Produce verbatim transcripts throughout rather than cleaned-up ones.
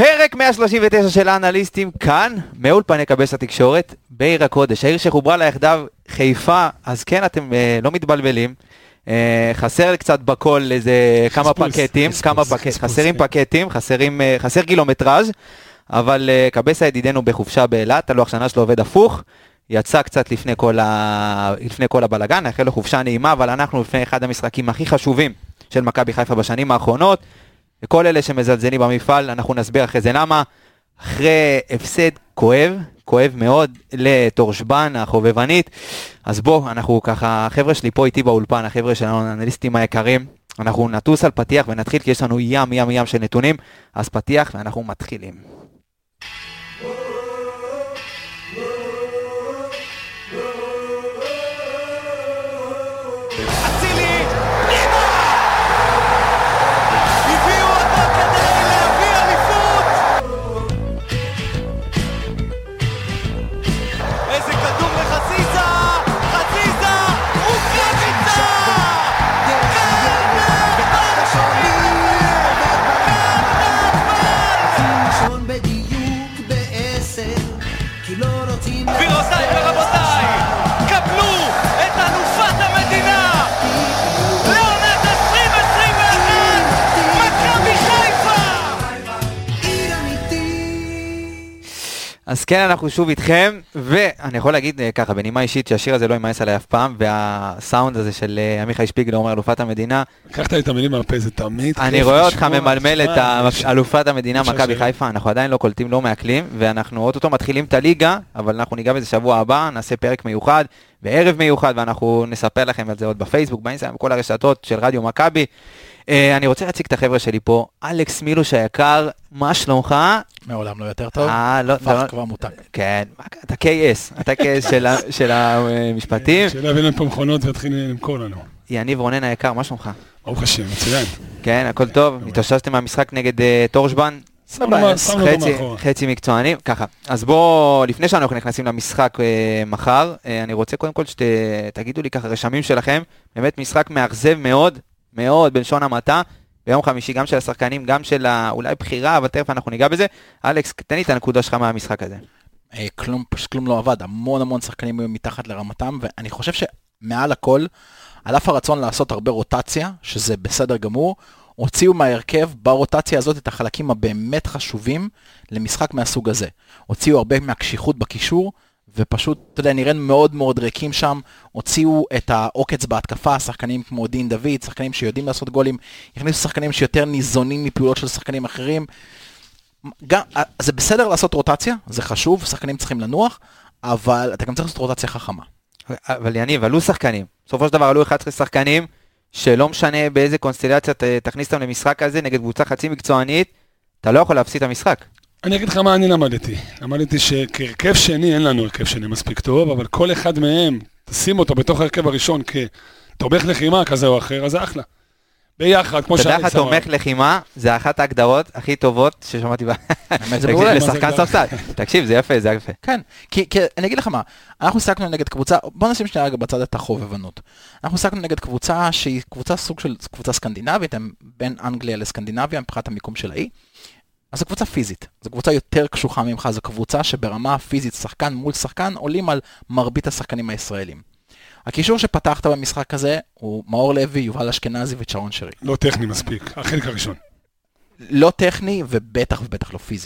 פרק מאה שלושים ותשע של האנליסטים כאן, מאולפני קבס התקשורת, בעיר הקודש, העיר שחוברה לה יחדיו חיפה, אז כן, אתם אה, לא מתבלבלים, אה, חסר קצת בכל איזה כמה חספוס, פקטים, חספוס, כמה חספוס, פקט, חספוס, חסרים כן. פקטים, חסרים, אה, חסר קילומטראז', אבל אה, קבס הידידנו בחופשה באילת, הלוח שנה שלו עובד הפוך, יצא קצת לפני כל, ה... לפני כל הבלגן, החל לו חופשה נעימה, אבל אנחנו לפני אחד המשחקים הכי חשובים של מכבי חיפה בשנים האחרונות, וכל אלה שמזלזלים במפעל, אנחנו נסביר אחרי זה למה, אחרי הפסד כואב, כואב מאוד לתורשבן החובבנית, אז בוא, אנחנו ככה, החבר'ה שלי פה איתי באולפן, החבר'ה שלנו, האנליסטים היקרים, אנחנו נטוס על פתיח ונתחיל, כי יש לנו ים ים ים של נתונים, אז פתיח ואנחנו מתחילים. גבירותיי ורבותיי, קבלו את אלופת המדינה לעונת עשרים עשרים ואחת, מכבי חיפה. אז כן, אנחנו שוב איתכם, ואני יכול להגיד ככה, בנימה אישית שהשיר הזה לא יימאס עליי אף פעם, והסאונד הזה של עמיחי שפיגלר אומר אלופת המדינה, לקחת לי את המילים מהפה, זה תמיד אני רואה אותך ממלמל את אלופת המדינה מכבי חיפה, אנחנו עדיין לא קולטים, לא מעכלים, ואנחנו אוטוטו מתחילים את הליגה, אבל אנחנו ניגע בזה שבוע הבא, נעשה פרק מיוחד, וערב מיוחד, ואנחנו נספר לכם על זה עוד בפייסבוק, באינסטגרם, בכל הרשתות של רדיו מכבי. אני רוצה להציג את החבר'ה שלי פה, אלכס מילוש היקר, מה שלומך? מעולם לא יותר טוב, הפך כבר מותק. כן, אתה קיי אס, אתה קיי אס של המשפטים. שאלה הבאנו פה מכונות והתחיל למכור לנו. יניב רונן היקר, מה שלומך? ברוך השם, מצוין. כן, הכל טוב, התאוששתם מהמשחק נגד תורשבן, חצי מקצוענים, ככה. אז בואו, לפני שאנחנו נכנסים למשחק מחר, אני רוצה קודם כל שתגידו לי ככה רשמים שלכם, באמת משחק מאכזב מאוד, מאוד בלשון המעטה, ביום חמישי גם של השחקנים, גם של אולי בחירה, אבל תכף אנחנו ניגע בזה. אלכס, תן לי את הנקודה שלך מהמשחק הזה. כלום, פשוט כלום לא עבד, המון המון שחקנים היו מתחת לרמתם, ואני חושב שמעל הכל, על אף הרצון לעשות הרבה רוטציה, שזה בסדר גמור, הוציאו מהרכב ברוטציה הזאת את החלקים הבאמת חשובים למשחק מהסוג הזה. הוציאו הרבה מהקשיחות בקישור, ופשוט, אתה יודע, נראים מאוד מאוד ריקים שם, הוציאו את העוקץ בהתקפה, שחקנים כמו דין דוד, שחקנים שיודעים לעשות גולים, הכניסו שחקנים שיותר ניזונים מפעולות של שחקנים אחרים. גם, זה בסדר לעשות רוטציה, זה חשוב, שחקנים צריכים לנוח, אבל אתה גם צריך לעשות רוטציה חכמה. אבל יניב, עלו שחקנים. בסופו של דבר עלו אחד עשר שחקנים, שלא משנה באיזה קונסטלציה תכניס אותם למשחק הזה, נגד קבוצה חצי מקצוענית, אתה לא יכול להפסיד את המשחק. אני אגיד לך מה אני למדתי. למדתי שכרכב שני, אין לנו הרכב שני מספיק טוב, אבל כל אחד מהם, תשים אותו בתוך הרכב הראשון כתומך לחימה כזה או אחר, אז זה אחלה. ביחד, כמו שאלכס אמר. אתה יודע, תומך לחימה, זה אחת ההגדרות הכי טובות ששמעתי בה. לשחקן ספסל. תקשיב, זה יפה, זה יפה. כן, כי אני אגיד לך מה, אנחנו שחקנו נגד קבוצה, בוא נשים שנייה רגע בצד את החובבנות. אנחנו שחקנו נגד קבוצה שהיא קבוצה סוג של קבוצה סקנדינבית, הם בין אנגליה לסקנדינביה, מבחינת המיקום של האי. אז זו קבוצה פיזית, זו קבוצה יותר קשוחה ממך, זו קבוצה שברמה הפיזית, שחקן מול שחקן, עולים על מרבית השחקנים הישראלים. הקישור שפתחת במשחק הזה, הוא מאור לוי, יובל אשכנזי וצ'רון שרי. לא טכני מספיק, החלק הראשון. לא טכני ובטח ובטח לא פיזי.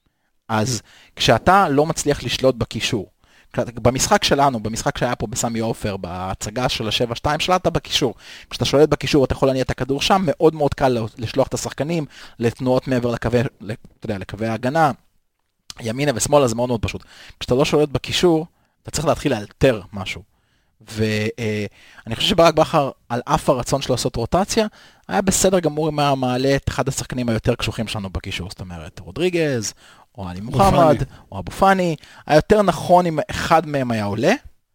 אז כשאתה לא מצליח לשלוט בקישור, במשחק שלנו, במשחק שהיה פה בסמי עופר, בהצגה של ה-שבע שתיים, שלטת בקישור. כשאתה שולט בקישור, אתה יכול להניע את הכדור שם, מאוד מאוד קל לשלוח את השחקנים, לתנועות מעבר לקווי, אתה יודע, לקווי ההגנה, ימינה ושמאלה, זה מאוד מאוד פשוט. כשאתה לא שולט בקישור, אתה צריך להתחיל לאלתר משהו. ואני חושב שברק בכר, על אף הרצון שלו לעשות רוטציה, היה בסדר גמור אם היה מעלה את אחד השחקנים היותר קשוחים שלנו בקישור, זאת אומרת, רודריגז, או עלי מוחמד, או אבו פאני, היה יותר נכון אם אחד מהם היה עולה,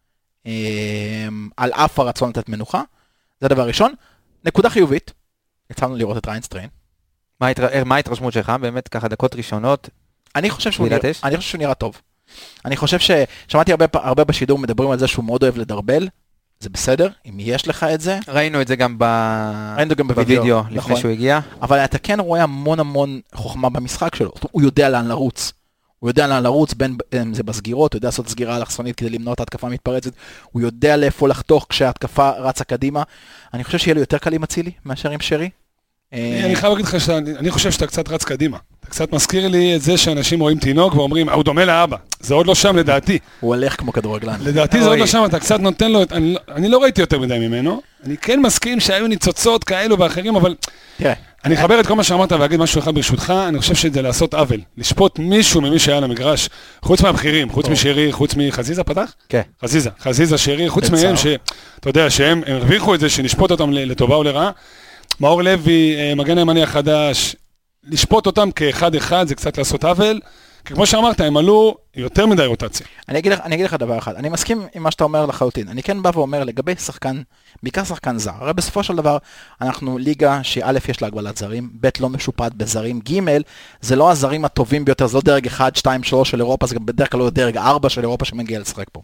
על אף הרצון לתת מנוחה, זה הדבר הראשון. נקודה חיובית, יצאנו לראות את ריינסטריין. מה ההתרשמות שלך? באמת ככה דקות ראשונות? אני חושב שהוא נראה טוב. אני חושב ששמעתי הרבה, הרבה בשידור מדברים על זה שהוא מאוד אוהב לדרבל, זה בסדר, אם יש לך את זה. ראינו את זה גם, ב... ראינו גם בווידאו, בווידאו לפני נכון. שהוא הגיע. אבל אתה כן רואה המון המון חוכמה במשחק שלו. הוא יודע לאן לרוץ. הוא יודע לאן לרוץ, בין אם זה בסגירות, הוא יודע לעשות סגירה אלכסונית כדי למנוע את ההתקפה המתפרצת, הוא יודע לאיפה לחתוך כשההתקפה רצה קדימה. אני חושב שיהיה לו יותר קל עם אצילי מאשר עם שרי. אני חייב להגיד לך שאני חושב שאתה קצת רץ קדימה. אתה קצת מזכיר לי את זה שאנשים רואים תינוק ואומרים, הוא דומה לאבא. זה עוד לא שם לדעתי. הוא הולך כמו כדורגלן. לדעתי זה עוד לא שם, אתה קצת נותן לו, אני, אני לא ראיתי יותר מדי ממנו. אני כן מסכים שהיו ניצוצות כאלו ואחרים, אבל תראה. אני אחבר את כל מה שאמרת ואגיד משהו אחד ברשותך, אני חושב שזה לעשות עוול. לשפוט מישהו ממי שהיה למגרש, חוץ מהבחירים, חוץ משרי, חוץ מחזיזה פתח? כן. חזיזה, חזיזה, שרי, חוץ מהם שאתה יודע שהם הרוויחו את זה, שנשפוט אותם לטובה או לרעה. מאור לוי, מגן הימני החדש, לשפוט אותם כאחד אחד, זה קצת לעשות עוול, כי כמו שאמרת, הם עלו יותר מדי רוטציה. אני אגיד לך, אני אגיד לך דבר אחד, אני מסכים עם מה שאתה אומר לחלוטין, אני כן בא ואומר לגבי שחקן, בעיקר שחקן זר, הרי בסופו של דבר, אנחנו ליגה שא' יש לה הגבלת זרים, ב' לא משופעת בזרים, ג' זה לא הזרים הטובים ביותר, זה לא דרג אחד, שתיים, שלוש של אירופה, זה גם בדרך כלל לא דרג ארבע של אירופה שמגיע לשחק פה.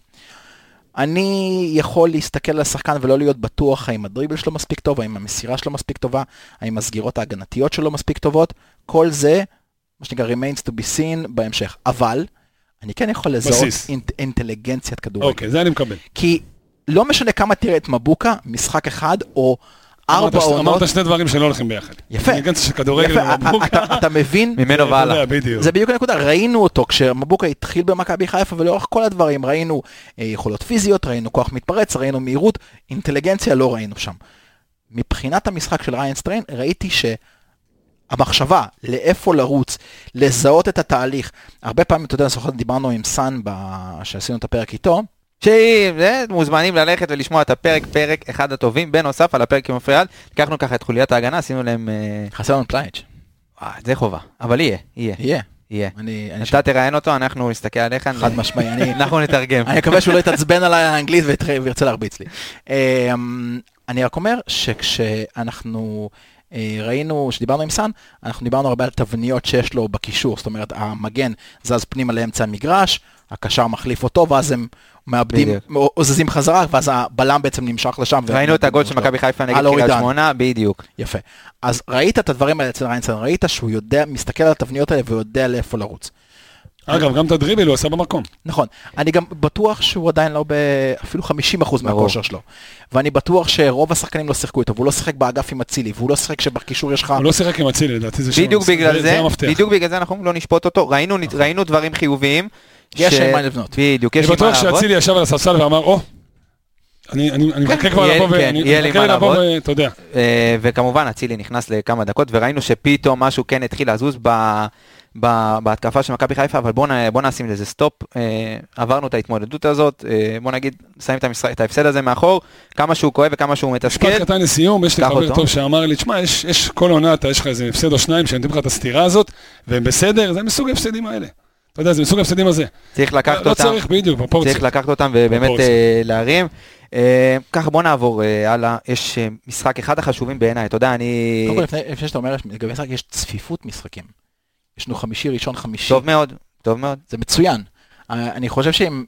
אני יכול להסתכל על השחקן ולא להיות בטוח האם הדריבל שלו מספיק טוב, האם המסירה שלו מספיק טובה, האם הסגירות ההגנתיות שלו מספיק טובות, כל זה, מה שנקרא remains to be seen בהמשך. אבל, אני כן יכול לזהות אינט, אינטליגנציית כדורגל. אוקיי, זה אני מקבל. כי לא משנה כמה תראה את מבוקה, משחק אחד או ארבע עונות. אמרת שני דברים שלא הולכים ביחד. יפה. אינטליגנציה של כדורגל ומבוקה. אתה, אתה מבין? ממנו והלאה. זה בדיוק הנקודה. ראינו אותו כשמבוקה התחיל במכבי חיפה ולאורך כל הדברים. ראינו אה, יכולות פיזיות, ראינו כוח מתפרץ, ראינו מהירות, אינטליגנציה לא ראינו שם. מבחינת המשחק של ריין סטריין, ראיתי שהמחשבה לאיפה לרוץ, לזהות את התהליך. הרבה פעמים, אתה יודע, דיברנו עם סן שעשינו את הפרק איתו, שמוזמנים ללכת ולשמוע את הפרק, פרק אחד הטובים, בנוסף על הפרק עם הפריאל, לקחנו ככה את חוליית ההגנה, עשינו להם... חסר לנו פלייץ'. זה חובה, אבל יהיה, יהיה. יהיה. יהיה. אתה תראיין אותו, אנחנו נסתכל עליך. חד משמעי. אנחנו נתרגם. אני מקווה שהוא לא יתעצבן על האנגלית וירצה להרביץ לי. אני רק אומר שכשאנחנו... ראינו, שדיברנו עם סן, אנחנו דיברנו הרבה על תבניות שיש לו בקישור, זאת אומרת, המגן זז פנימה לאמצע המגרש, הקשר מחליף אותו, ואז הם מאבדים, עוזזים חזרה, ואז הבלם בעצם נמשך לשם. ראינו את הגול של מכבי חיפה נגד קריית שמונה, בדיוק. יפה. אז ראית את הדברים האלה אצל ריינסן, ראית שהוא יודע, מסתכל על התבניות האלה ויודע לאיפה לרוץ. אגב, גם את הדריבל הוא עשה במקום. נכון. אני גם בטוח שהוא עדיין לא אפילו חמישים אחוז מהכושר שלו. ואני בטוח שרוב השחקנים לא שיחקו איתו, והוא לא שיחק באגף עם אצילי, והוא לא שיחק שבקישור יש לך... הוא לא שיחק עם אצילי, לדעתי זה בדיוק בגלל זה, בדיוק בגלל זה אנחנו לא נשפוט אותו. ראינו דברים חיוביים. יש מה לבנות. בדיוק, יש מה לעבוד. אני בטוח שאצילי ישב על הספסל ואמר, או, אני מחכה כבר לבוא, ואני מחכה לבוא, ואתה יודע. וכמובן, אצילי נכנס לכמה דקות, וראינו שפתאום משהו כן התחיל לזוז בהתקפה של מכבי חיפה, אבל בוא נשים לזה סטופ, עברנו את ההתמודדות הזאת, בוא נגיד, שמים את ההפסד הזה מאחור, כמה שהוא כואב וכמה שהוא מתסכל. משפט קטן לסיום, יש לי חבר טוב שאמר לי, תשמע, יש כל עונה, יש לך איזה הפסד או שניים, שנתים לך את הסתירה הזאת, והם בסדר, זה מסוג ההפסדים האלה. אתה יודע, זה מסוג ההפסדים הזה. צריך לקחת אותם. לא צריך, בדיוק, בפורציה. צריך לקחת אותם ובאמת להרים. ככה בוא נעבור הלאה, יש משחק אחד החשובים בעיניי, אתה יודע, אני... לפני שאתה אומר, לגבי משחק יש צפיפות משחקים. יש לנו חמישי, ראשון, חמישי. טוב מאוד, טוב מאוד. זה מצוין. אני חושב שאם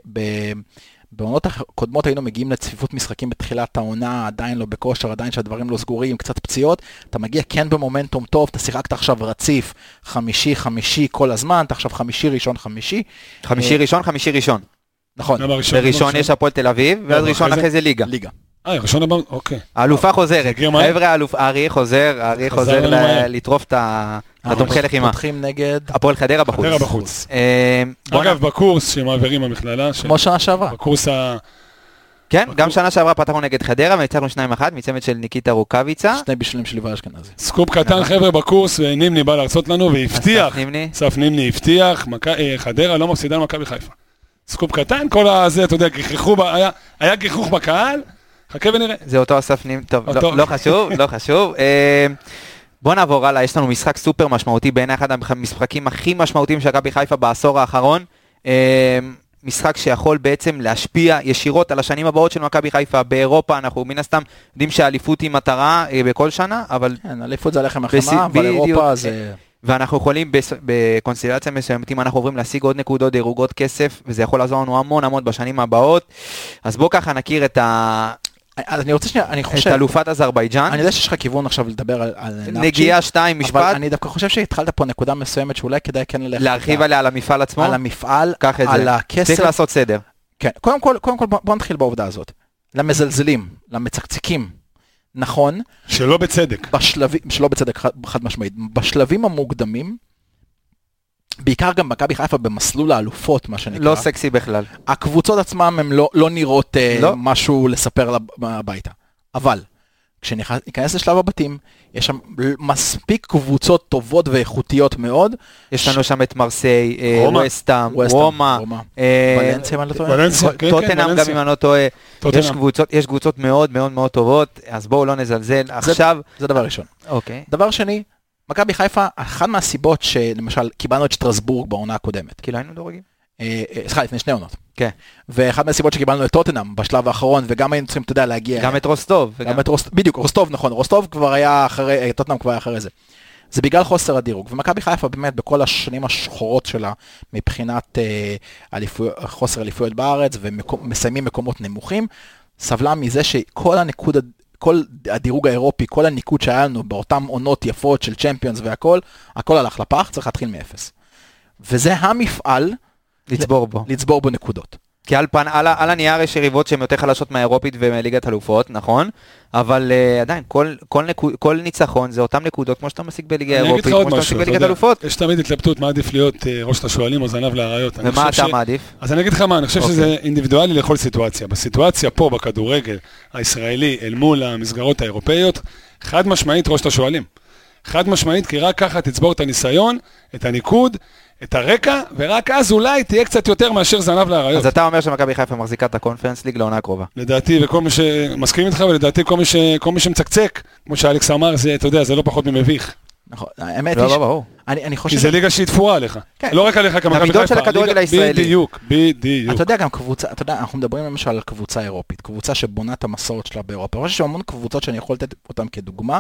בעונות הקודמות היינו מגיעים לצפיפות משחקים בתחילת העונה, עדיין לא בכושר, עדיין שהדברים לא סגורים, קצת פציעות, אתה מגיע כן במומנטום טוב, אתה שיחקת עכשיו רציף, חמישי, חמישי כל הזמן, אתה עכשיו חמישי, ראשון, חמישי. חמישי ראשון, חמישי ראשון. נכון. בראשון יש הפועל תל אביב, ואז ראשון אחרי זה ליגה. ליגה. אה, ראשון הבא, אוקיי. האלופה חוזרת. חבר'ה, ארי חוזר, ארי חוזר לטרוף את התומכי לחימה. פותחים נגד... הפועל חדרה בחוץ. חדרה בחוץ. אגב, בקורס שמעבירים במכללה. כמו שנה שעברה. בקורס ה... כן, גם שנה שעברה פתחנו נגד חדרה, וניצחנו שניים אחת, מצוות של ניקיטה רוקאביצה. שני בישולים של יובל אשכנזי. סקופ קטן, חבר'ה, בקורס, נימני בא להרצות לנו, והבטיח, סף נימני הבטיח, חדרה לא מפסידה למכבי חיפה. סקופ קטן, כל הזה, אתה יודע, היה גיחוך בקהל, חכה ונראה. זה אותו אסף נימני, טוב, לא חשוב, לא חשוב. בוא נעבור הלאה, יש לנו משחק סופר משמעותי, בעיני אחד המשחקים הכי משמעותיים של מכבי חיפה בעשור האחרון. משחק שיכול בעצם להשפיע ישירות על השנים הבאות של מכבי חיפה באירופה. אנחנו מן הסתם יודעים שהאליפות היא מטרה בכל שנה, אבל... כן, אליפות זה הלחם החמה, אבל אירופה זה... ואנחנו יכולים בס- בקונסטלציה מסוימת, אם אנחנו עוברים להשיג עוד נקודות, דירוגות כסף, וזה יכול לעזור לנו המון המון בשנים הבאות. אז בואו ככה נכיר את ה... אז אני רוצה שנייה, אני את חושב, אלופת אזרבייג'אן. אני יודע שיש לך כיוון עכשיו לדבר על, על נפצ'י, נגיעה שתיים, אבל משפט, אני דווקא חושב שהתחלת פה נקודה מסוימת שאולי כדאי כן ללכת להרחיב איתה. עליה על המפעל עצמו. על המפעל, קח את על זה. הכסף. צריך לעשות סדר. כן, קודם כל, קודם כל בוא, בוא נתחיל בעובדה הזאת. למזלזלים, למצקצקים, נכון, שלא בצדק. בשלבים, שלא בצדק חד, חד משמעית, בשלבים המוקדמים, בעיקר גם מכבי חיפה במסלול האלופות, מה שנקרא. לא סקסי בכלל. הקבוצות עצמם הן לא, לא נראות לא. אה, משהו לספר לב- הביתה. אבל, כשניכנס לשלב הבתים, יש שם מספיק קבוצות טובות ואיכותיות מאוד. יש לנו שם את מרסיי, אה, רומא. ווסטהאם, ווסטהאם, רומא, רומא. אה, ולנסיה, מה אני לא טועה? ולנסיה, כן, כן, טוטנהאם גם ולנסיה. אם אני לא טועה. טוטנהאם. יש קבוצות, יש קבוצות מאוד מאוד מאוד טובות, אז בואו לא נזלזל. עכשיו, זה דבר ראשון. אוקיי. דבר שני, מכבי חיפה, אחת מהסיבות שלמשל קיבלנו את שטרסבורג בעונה הקודמת, כאילו היינו דורגים. אה, אה, סליחה, לפני שני עונות, כן. ואחת מהסיבות שקיבלנו את טוטנהאם בשלב האחרון, וגם היינו צריכים, אתה יודע, להגיע... גם את רוסטוב. גם את רוסטוב, בדיוק, רוסטוב, נכון, רוסטוב כבר היה אחרי, טוטנהאם כבר היה אחרי זה. זה בגלל חוסר הדירוג, ומכבי חיפה באמת בכל השנים השחורות שלה, מבחינת אה, אליפו, חוסר אליפויות בארץ, ומסיימים מקומות נמוכים, סבלה מזה שכל הנקוד, כל הדירוג האירופי, כל הניקוד שהיה לנו באותן עונות יפות של צ'מפיונס והכל, הכל הלך לפח, צריך להתחיל מאפס. וזה המפעל לצבור בו. לצבור בו נקודות. כי על פן, על, ה- על הנייר יש יריבות שהן יותר חלשות מהאירופית ומליגת אלופות, נכון? אבל uh, עדיין, כל, כל, נקוד, כל ניצחון זה אותן נקודות כמו שאתה משיג בליגה אני אגיד האירופית, לך כמו עוד שאתה משהו, משיג אתה בליגת יודע, אלופות. יש תמיד התלבטות מה עדיף להיות אה, ראש השואלים או זנב לאריות. אני ומה חושב אתה ש- מעדיף? אז אני אגיד לך מה, אני חושב שזה אינדיבידואלי לכל סיטואציה. בסיטואציה פה, בכדורגל הישראלי, אל מול המסגרות האירופאיות, חד משמעית ראש השואלים. חד משמעית, כי רק ככה תצבור את הניסיון, את הניקוד, את הרקע, ורק אז אולי תהיה קצת יותר מאשר זנב לאריות. אז אתה אומר שמכבי חיפה מחזיקה את הקונפרנס ליג לעונה הקרובה. לדעתי, וכל מי שמסכים איתך, ולדעתי כל מי, ש... כל מי שמצקצק, כמו שאלכס אמר, זה, אתה יודע, זה לא פחות ממביך. נכון, האמת לא, היא, לא, ש- ברור. אני, אני כי חושב, זה ליגה שהיא תפורה עליך. כן. לא רק עליך כמכבי המידות חיפה. של הכדורגל הליגה- הישראלי. בדיוק, בדיוק. אתה יודע גם קבוצה, אתה יודע, אנחנו מדברים למשל על קבוצה אירופית, קבוצה שבונה את המסורת שלה באירופה. אני חושב שהמון קבוצות שאני יכול לתת אותן כדוגמה,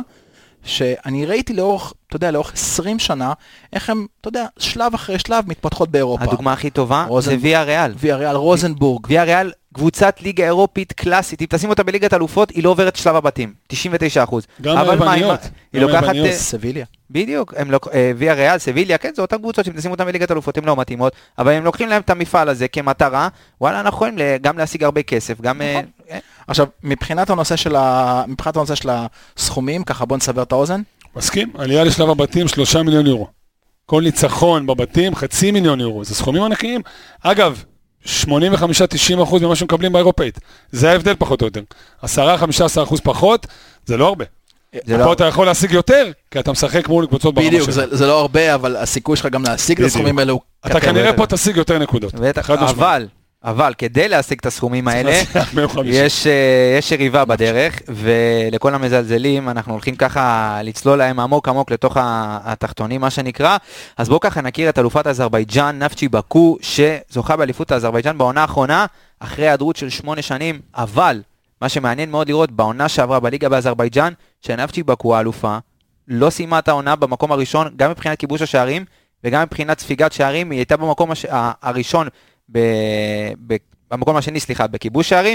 שאני ראיתי לאורך, אתה יודע, לאורך עשרים שנה, איך הם, אתה יודע, שלב אחרי שלב מתפתחות באירופה. הדוגמה הכי טובה זה רוזנבורג. ויה ריאל. ויה ריאל, רוזנבורג. ויה ריאל, קבוצת ליגה אירופית קלאסית, אם תשים אותה בליגת אלופות, היא לא עוברת שלב הבתים, תשעים ותשעה אחוז. גם אבל מה, היווניות. היא גם לוקחת... היווניות. אה, סביליה. בדיוק, הם לוק... אה, ויה ריאל, סביליה, כן, זה אותן קבוצות שאם תשימו אותם בליגת אלופות, הן לא מתאימות, אבל הם לוקחים להם את המפעל הזה כמטרה, וואלה, אנחנו יכולים גם להשיג הרבה כסף, גם... אה, אה, עכשיו, מבחינת הנושא של ה... מבחינת הנושא של הסכומים, ככה בוא נסבר את האוזן. מסכים? עלייה לשלב הבתים, שלושה מיליון יורו. כל ניצחון בבתים, חצי מיליון יורו. זה סכומים ענקיים. אגב, שמונים וחמישה עד תשעים אחוז ממה שמקבלים באירופאית. זה ההבדל פחות או יותר. עשרה עד חמישה עשר אחוז פחות, זה לא הרבה. זה פה לא... אתה יכול להשיג יותר, כי אתה משחק מול קבוצות ברמה בדיוק, שלך. זה, זה לא הרבה, אבל הסיכוי שלך גם להשיג את בדיוק. הסכומים האלו. אתה קטן. כנראה פה תשיג יותר נקודות. בטח, חד משמעית. אבל, אבל כדי להשיג את הסכומים האלה, ביום חמישי. יש, אה, יש יריבה בדרך, ולכל המזלזלים אנחנו הולכים ככה לצלול להם עמוק עמוק לתוך ה- התחתונים, מה שנקרא. אז בואו ככה נכיר את אלופת אזרבייג'אן, נפצ'י באקו, שזוכה באליפות אזרבייג'אן בעונה האחרונה, אחרי היעדרות של שמונה שנים, אבל מה שמעניין מאוד לראות, בעונה שעברה בליגה באזרבייג'אן, שנפצ'י באקו האלופה, לא סיימה את העונה במקום הראשון, גם מבחינת כיבוש השערים, וגם מבחינת ספיגת שערים, היא הייתה במקום הש... הראשון, ב... ב... במקום השני, סליחה, בכיבוש שערים,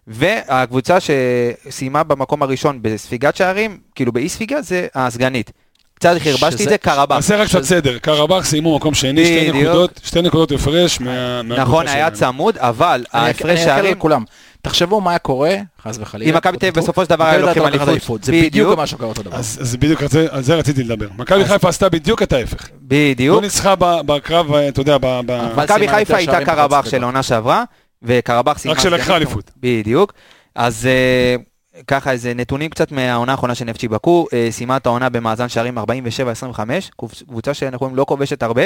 והקבוצה שסיימה במקום הראשון בספיגת שערים, כאילו באי ספיגה, זה הסגנית. קצת חרבשתי שזה- את זה, קרבח. נעשה רק קצת סדר. קרבח סיימו מקום שני, שתי בדיוק. נקודות, שתי נקודות הפרש מה... נכון, מהקבוצה היה שלהם. צמוד, אבל אני ההפרש אקל שערים, על כולם. תחשבו מה היה קורה, חס וחלילה. אם מכבי תל אביב בסופו של דבר היה מכבי לוקחים תל אביב אליפות. אליפות. זה בדיוק. בדיוק מה שקורה אותו דבר. אז, אז בדיוק על זה, על זה רציתי לדבר. מכבי חיפה עשתה בדיוק את ההפך. בדיוק. לא ניצחה ב- בקרב, אתה יודע, ב... ב... אבל מכבי סיימה חיפה יותר הייתה שערים פחות קרבח ספיגות. של העונה שעברה, וקרבח סיימה... רק שלקחה סגנית. אליפות. בדיוק. אז אה, ככה, איזה נתונים קצת מהעונה האחרונה של נפצ'י באקו, אה, סיימה את העונה במאזן שערים ארבעים ושבע עשרים וחמש, קבוצה שאנחנו רואים לא כובשת הרבה,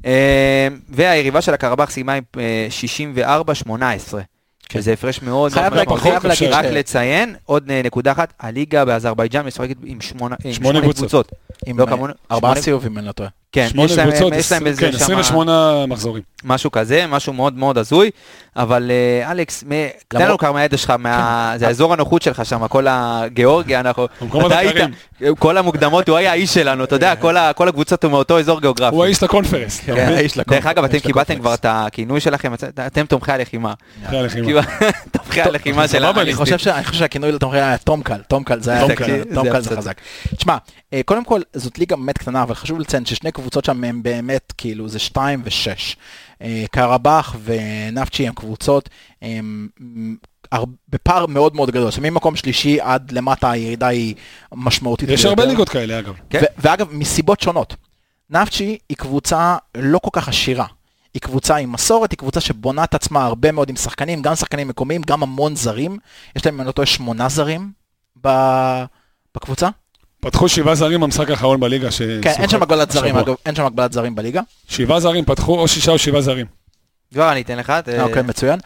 אה, והיריבה של הקרבח סיימה עם אה, שישים וארבע שמונה עשרה. שזה הפרש מאוד חייב מאוד להגיד- מאוד חייב רחוק. להגיד רק ש- לציין, עוד אה, נקודה אחת, הליגה באזרבייג'אן משחקת עם שמונה עם שמונה שמונה קבוצות. קבוצות. עם לא אה, כמונו- ארבעה שמונה- סיבובים, אני לא טועה. כן, שמונה יש להם, קבוצות, יש להם איזה כן, שמה- עשרים ושמונה מחזורים. משהו כזה, משהו מאוד מאוד הזוי, אבל אה, אלכס, מ- תן לנו כמה מהידע שלך, מה- זה האזור הנוחות שלך שם, כל הגיאורגיה, אנחנו, המקומות אתה היית, הקרים. כל המוקדמות, הוא היה האיש שלנו, אתה יודע, כל ה- כל הקבוצות הוא מאותו אזור גיאוגרפי. הוא האיש לקונפרנס. כן. האיש לקונפרנס, דרך אגב, אתם האיש קיבלתם לקונפרנס. כבר את הכינוי שלכם, אתם תומכי הלחימה. אחרי הלחימה. קיבל- תומכי הלחימה של סבבה, האנליסטים. אני חושב ש- אני חושב שהכינוי לתומכי היה תומקל, תומקל זה היה תומקל, תקשיב, תומקל זה זה חזק. תשמע, אה, קודם כל זאת ליגה באמת קטנה, אבל חשוב לציין ששני קבוצות שם הם באמת כאילו זה שתיים ושש. אה, קרבח ונפצ'י הם קבוצות הם, הר- בפער מאוד מאוד גדול, שממקום שלישי עד למטה הירידה היא משמעותית. יש ביותר. הרבה ליגות כאלה, אגב. כן. ו- ואגב, מסיבות שונות. נפצ'י היא קבוצה לא כל כך עשירה. היא קבוצה עם מסורת, היא קבוצה שבונה את עצמה הרבה מאוד עם שחקנים, גם שחקנים מקומיים, גם המון זרים. יש להם, אני לא טועה, שמונה זרים ב- בקבוצה. פתחו שבעה זרים במשחק האחרון בליגה. כן, אין שם הגבלת זרים, השבוע. אגב, אין שם הגבלת זרים בליגה. שבעה זרים פתחו, או שישה או שבעה זרים. כבר אני אתן לך. אה, אוקיי, מצוין.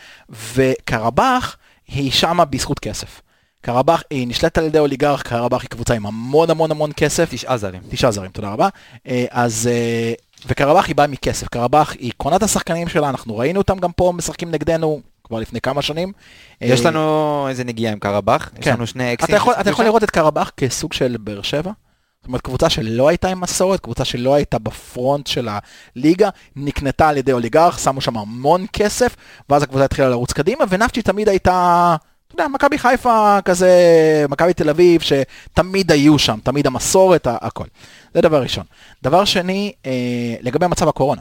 וקרבח היא שמה בזכות כסף. קרבח היא נשלטת על ידי אוליגרך, קרבח היא קבוצה עם המון המון המון כסף. תשעה זרים. תשעה זרים, תודה רבה. אה, אז, אה, וקרבח היא באה מכסף. קרבח היא קונת השחקנים שלה, אנחנו ראינו אותם גם פה משחקים נגדנו כבר לפני כמה שנים. יש אה, לנו איזה נגיעה עם קרבח, יש כן. לנו שני אקסים. אתה יכול, אתה ששיחקו יכול שם. לראות את קרבח כסוג של באר שבע. זאת אומרת, קבוצה שלא הייתה עם מסורת, קבוצה שלא הייתה בפרונט של הליגה, נקנתה על ידי אוליגרך, שמו שם המון כסף, ואז הקבוצה התחילה לרוץ קדימה, ונפצ'י תמיד הייתה, אתה יודע, מכבי חיפה כזה, מכבי תל אביב, שתמיד היו שם, תמיד המסורת, הכל. זה דבר ראשון. דבר שני, אה, לגבי מצב הקורונה.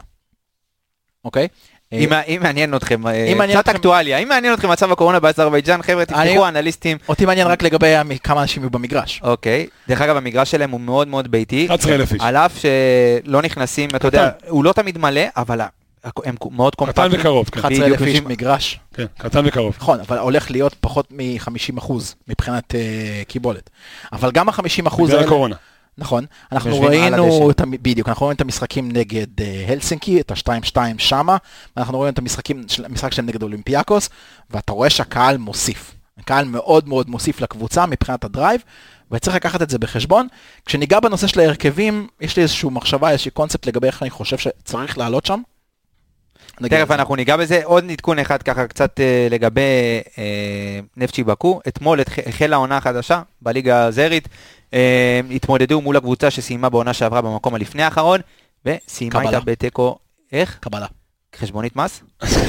אוקיי? אם אם מעניין אתכם, אה, אם מעניין קצת אתכם- אקטואליה, אם מעניין אתכם מצב הקורונה באזרבייג'אן, חבר'ה, אני- תפתחו אנליסטים. אותי מעניין רק לגבי המ- כמה אנשים יהיו במגרש. אוקיי, דרך אגב המגרש שלהם הוא מאוד מאוד ביתי, אחת עשרה אלף איש. על אף שלא נכנסים, אתה יודע, הוא לא תמיד מלא, אבל ה- הם מאוד קטן קומפקטיים. וקרוב, כן. אחת עשרה אלף בדיוק, איש יושבים- מגרש. כן, קטן וקרוב. נכון, אבל הולך להיות פחות מ-חמישים אחוז מבחינת uh, קיבולת. אבל גם ה-חמישים אחוז בגלל האלה... הקורונה. נכון, אנחנו יושבים על ראינו, הדשא. את, המ- בדיוק, אנחנו רואים את המשחקים נגד uh, הלסינקי, את ה-שתיים שתיים שמה, ואנחנו רואים את המשחקים, של- המשחק שלהם נגד אולימפיאקוס, ואתה רואה שהקהל מוסיף. הקהל מאוד מאוד מוסיף לקבוצה מבחינת הדרייב, וצריך לקחת את זה בחשבון. כשניגע בנושא של ההרכבים, יש לי איזושהי מחשבה, איזושהי קונספט לגבי איך אני חושב שצריך לעלות שם. נגיד תכף על זה. אנחנו ניגע בזה, עוד עדכון אחד ככה קצת אה, לגבי אה, נפצ'י בקו, אתמול התח- החלה העונה החדשה בליגה הזרית, אה, התמודדו מול הקבוצה שסיימה בעונה שעברה במקום הלפני האחרון, וסיימה קבלה. איתה בתיקו, איך? קבלה. חשבונית מס?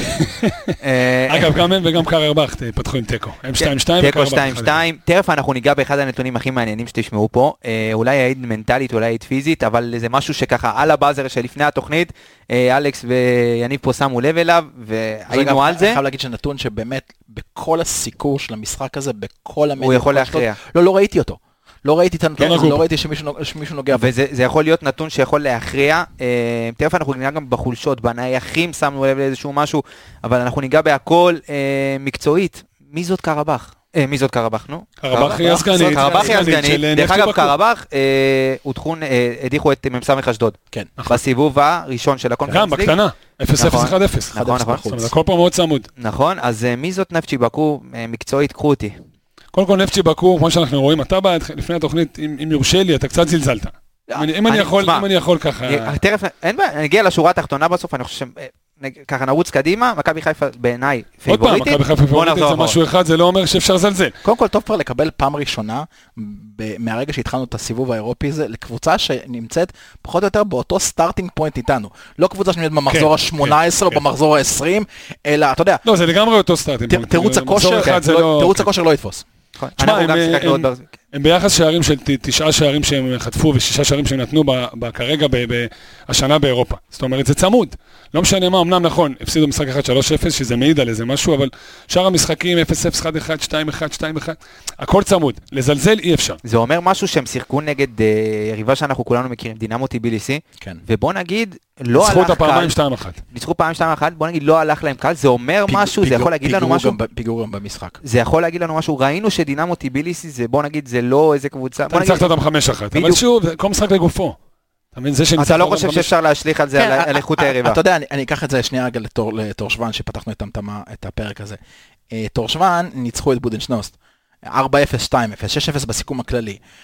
אה, אגב, גם הם וגם קררבך פתחו עם תיקו. הם שתיים שתיים תיקו וקררבך. שתיים שתיים, תכף אנחנו ניגע באחד הנתונים הכי מעניינים שתשמעו פה, אה, אולי העיד מנטלית, אולי העיד פיזית, אבל זה משהו שככה על הבאזר שלפני התוכנית, אה, אלכס ויניב פה שמו לב אליו, והיינו על אני זה, חייב להגיד שנתון שבאמת בכל הסיקור של המשחק הזה, בכל המדיות, הוא יכול בכל השיטות, להכריע. לא, לא ראיתי אותו. לא ראיתי את הנתון, לא הזה, נגעו לא בו. ראיתי שמישהו נוג- שמישהו נוגע בו. וזה זה יכול להיות נתון שיכול להכריע, אה, תכף אנחנו ניגע גם בחולשות, בנייחים שמנו לב לאיזשהו משהו, אבל אנחנו ניגע בהכל אה, מקצועית. מי זאת קרבח? אה, מי זאת קרבח, נו? קרבח היא הסגנית. קרבח היא הסגנית הסגנית, של דרך נפצ'י אגב בקו. קרבח, אה, הודחו, אה, הדיחו את מ"ס אשדוד, כן. בסיבוב הראשון של גם, הקונפרנס ליג. בקטנה. אפס אפס נכון. אחד אפס. נכון, נכון. זאת אומרת, הכל פה מאוד צמוד. נכון, אז אה, מי זאת נפצ'י בקו? אה, מקצועית, קחו אותי. קודם כל נפצ'י בקור, כמו שאנחנו רואים, אתה בא לפני התוכנית, אם אם יורשה לי, אתה קצת זלזלת. אם אני- אם אני אני- יכול, תשמע, אם אני יכול ככה... אה, תכף, אין בעיה, נגיע לשורה התחתונה בסוף, אני חושב שככה נרוץ קדימה, מכבי חיפה בעיניי עוד פעם, פייבוריטית, מכבי חיפה בוא פייבוריטית נחזור זה אחורה. משהו אחד, זה לא אומר שאפשר לזלזל. קודם כל, טוב כבר לקבל פעם ראשונה, ב- מהרגע שהתחלנו את הסיבוב האירופי הזה, לקבוצה שנמצאת פחות או יותר באותו סטארטינג פוינט איתנו. לא קבוצה שנמצאת במחזור כן, ה-שמונה עשרה או כן. במחזור ה-עשרים, אלא, אתה יודע, לא, זה לגמרי אותו סטארטים. ת- תירוץ הכושר, אחד זה לא- לא... תירוץ הכושר לא יתפוס. נכון. תשמע, אנחנו גם הם- שיחקנו עוד הם- בר- הם ביחס שערים של ת- תשעה שערים שהם חטפו ושישה שערים שהם נתנו ב- ב- כרגע ב- ב- השנה באירופה. זאת אומרת, זה צמוד. לא משנה מה, אמנם נכון, הפסידו משחק אחד שלוש אפס, שזה מעיד על איזה משהו, אבל שאר המשחקים אפס אפס, אחד אחד, שתיים אחת, שתיים אחת, הכל צמוד. לזלזל אי אפשר. זה אומר משהו שהם שיחקו נגד אה, יריבה שאנחנו כולנו מכירים, דינמו טיביליסי, כן. ובוא נגיד, לא זכות הלך הפעמיים קל, שתיים אחת. ניצחו פעם שתיים אחת, בוא נגיד לא הלך להם קל, זה אומר פיג- משהו, זה פיגור- יכול להגיד לנו פיגור משהו, גם ב- פיגור גם במשחק. זה יכול להגיד לנו משהו, ראינו שדינמו טיביליסי זה בוא נגיד זה לא איזה קבוצה, אתה בוא נגיד, ניצחת אותם חמש אחת. אבל בדיוק. שוב, כל משחק לגופו. אתה מבין, זה שניצחת אתה לא אותם חושב חמש- שאפשר להשליך על זה, כן, על- אה, על איכות אה, היריבה. אתה יודע, אני- אני אקח את זה שנייה רגע לתור- לתור שוון, שפתחנו איתם את המ- את הפרק הזה. אה, תור שוון ניצחו את בודנשנוסט, ארבע אפס, שתיים אפס, שש אפס בסיכום הכללי.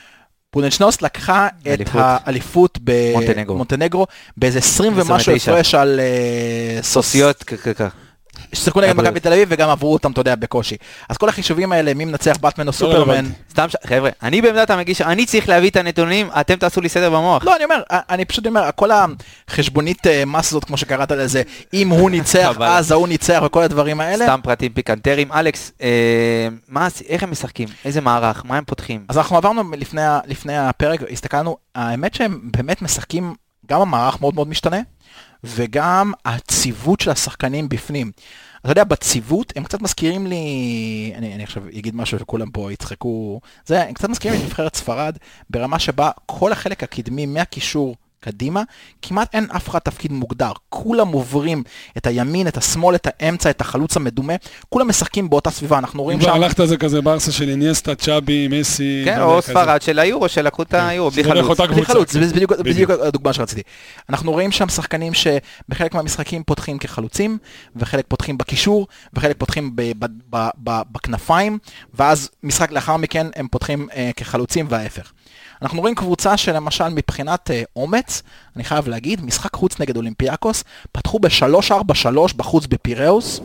פודנצ'נוס לקחה את האליפות במונטנגרו באיזה עשרים ומשהו הפרש על סוסיות ככה. ששיחקו נגד מכבי תל אביב וגם עברו אותם, אתה יודע, בקושי. אז כל החישובים האלה, מי מנצח באטמן או סופרמן. סתם, חבר'ה, אני בעמדת המגיש, אני צריך להביא את הנתונים, אתם תעשו לי סדר במוח. לא, אני אומר, אני פשוט אומר, כל החשבונית מס הזאת, כמו שקראת לזה, אם הוא ניצח, אז הוא ניצח וכל הדברים האלה. סתם פרטים פיקנטריים. אלכס, איך הם משחקים? איזה מערך? מה הם פותחים? אז אנחנו עברנו לפני הפרק, הסתכלנו, האמת שהם באמת משחקים, גם המערך מאוד מאוד משתנה, וגם הציוות של השחקנים בפנים. אתה יודע, בציוות, הם קצת מזכירים לי, אני, אני עכשיו אגיד משהו שכולם פה יצחקו, זה, הם קצת מזכירים לי נבחרת ספרד, ברמה שבה כל החלק הקדמי מהקישור קדימה, כמעט אין אף אחד תפקיד מוגדר. כולם עוברים את הימין, את השמאל, את האמצע, את החלוץ המדומה, כולם משחקים באותה סביבה, אנחנו רואים שם... הלכת זה כזה ברסה של איניאסטה, צ'אבי, מסי... כן, או ספרד של היורו, של לקחו את היורו, בלי חלוץ. בלי חלוץ, זה בדיוק הדוגמה שרציתי. אנחנו רואים שם שחקנים שבחלק מהמשחקים פותחים כחלוצים, וחלק פותחים בקישור, וחלק פותחים בכנפיים, ואז משחק לאחר מכן הם פותחים כחלוצים וההפך. אנחנו רואים קבוצה שלמשל מבחינת אה, אומץ, אני חייב להגיד, משחק חוץ נגד אולימפיאקוס, פתחו ב-שלוש ארבע שלוש בחוץ בפיראוס,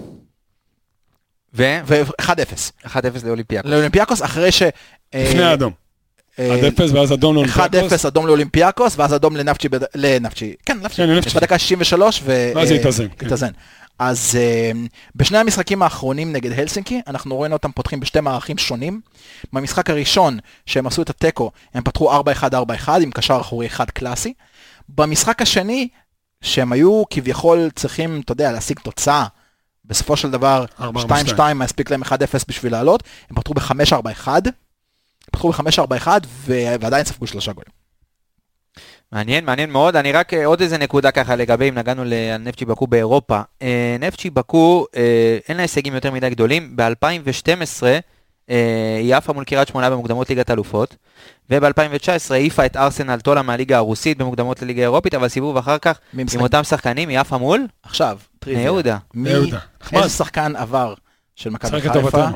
ו? ו-אחד אפס. אחד אפס לאולימפיאקוס. לאולימפיאקוס, אחרי ש... לפני האדום. אחד אפס ואז אדום לאולימפיאקוס. אחד אפס אדום לאולימפיאקוס, ואז אדום לנפצ'י, לנפצ'י, כן, נפצ'י, בדקה שישים ושלוש, ואז זה התאזן. התאזן. אז uh, בשני המשחקים האחרונים נגד הלסינקי, אנחנו רואים אותם פותחים בשתי מערכים שונים. במשחק הראשון שהם עשו את הטקו, הם פתחו ארבע אחד ארבע אחד עם קשר אחורי אחד קלאסי. במשחק השני, שהם היו כביכול צריכים, אתה יודע, להשיג תוצאה, בסופו של דבר שתיים שתיים, מה הספיק להם אחד אפס בשביל לעלות, הם פתחו ב-חמש ארבע אחד, פתחו ב-חמש ארבע אחד ועדיין ספגו שלושה גולים. מעניין, מעניין מאוד. אני רק עוד איזה נקודה ככה לגבי אם נגענו לנפצ'י בקו באירופה. נפצ'י בקו, אין לה הישגים יותר מדי גדולים. ב-אלפיים ושתים עשרה היא עפה מול קריית שמונה במוקדמות ליגת אלופות, וב-אלפיים ותשע עשרה העיפה את ארסנל טולה מהליגה הרוסית במוקדמות לליגה האירופית, אבל סיבוב אחר כך עם אותם שחקנים היא עפה מול עכשיו, בני יהודה. איזה שחקן עבר של מכבי חיפה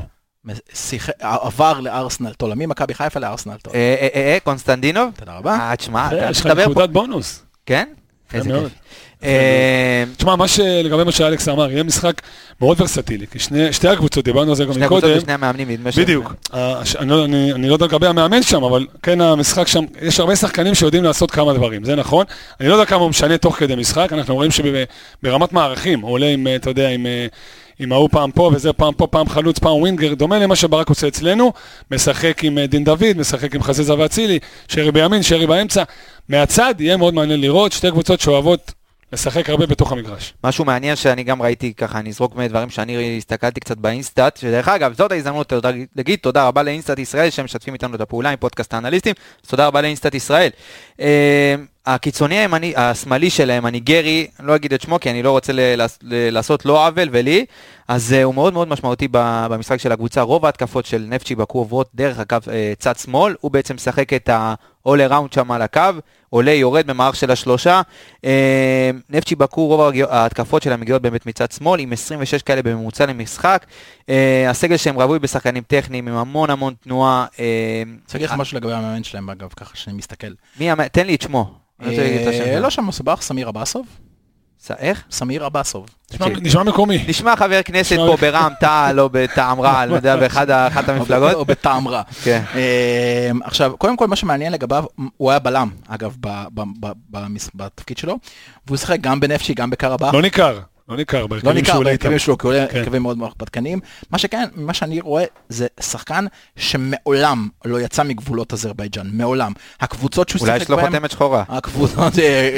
עבר לארסנל טולה, ממכבי חיפה לארסנל טולה? אה, אה, אה, קונסטנטינוב? תודה רבה. תשמע, יש לך נקודת בונוס. כן? איזה כיף. תשמע, מה שלגבי מה שאלכס אמר, יהיה משחק מאוד ורסטילי, כי שתי הקבוצות, דיברנו על זה גם מקודם. שני הקבוצות ושני המאמנים, בדיוק. אני לא יודע לגבי המאמן שם, אבל כן המשחק שם, יש הרבה שחקנים שיודעים לעשות כמה דברים, זה נכון. אני לא יודע כמה הוא משנה תוך כדי משחק, אנחנו רואים שברמת מערכים, הוא עולה עם, אתה יודע, עם... עם ההוא פעם פה, וזה פעם פה, פעם חלוץ, פעם ווינגר, דומה למה שברק עושה אצלנו, משחק עם דין דוד, משחק עם חזיזה ואצילי, שרי בימין, שרי באמצע. מהצד יהיה מאוד מעניין לראות, שתי קבוצות שאוהבות לשחק הרבה בתוך המגרש. משהו מעניין שאני גם ראיתי ככה, אני אזרוק מדברים שאני הסתכלתי קצת באינסטאט, שדרך אגב, זאת ההזדמנות להגיד תודה רבה לאינסטאט ישראל, שהם משתפים איתנו את הפעולה עם פודקאסט האנליסטים, תודה רבה לאינסטאט ישראל. הקיצוני השמאלי שלהם, הניגרי, אני לא אגיד את שמו, כי אני לא רוצה לעשות לא עוול ולי, אז הוא מאוד מאוד משמעותי במשחק של הקבוצה. רוב ההתקפות של נפצ'י בקו עוברות דרך הקו צד שמאל, הוא בעצם משחק את ה-all around שם על הקו, עולה, יורד במערך של השלושה. נפצ'י בקו, רוב ההתקפות שלה מגיעות באמת מצד שמאל, עם עשרים ושש כאלה בממוצע למשחק. הסגל שהם רבוי בשחקנים טכניים, עם המון המון תנועה. צריך לך משהו לגבי המאמן שלהם, אגב, ככה שאני מסתכל. תן לי את שמו. לא שם מסובך, סמיר אבאסוב. איך? סמיר אבאסוב. נשמע מקומי. נשמע חבר כנסת פה ברע"מ תע"ל או בטעם רע, אני יודע, באחת המפלגות. או בטעם רע. עכשיו, קודם כל מה שמעניין לגביו, הוא היה בלם, אגב, בתפקיד שלו, והוא שחק גם בנפצ'י, גם בקרבאח. לא ניכר. לא ניכר, לא ניכר בהרכבים שלו, כי הוא הרכבים מאוד מאוד הרפתקניים. מה שכן, מה שאני רואה, זה שחקן שמעולם לא יצא מגבולות אזרבייג'אן, מעולם. הקבוצות שהוא שיחק בהם... אולי יש לו חותמת שחורה. הקבוצות,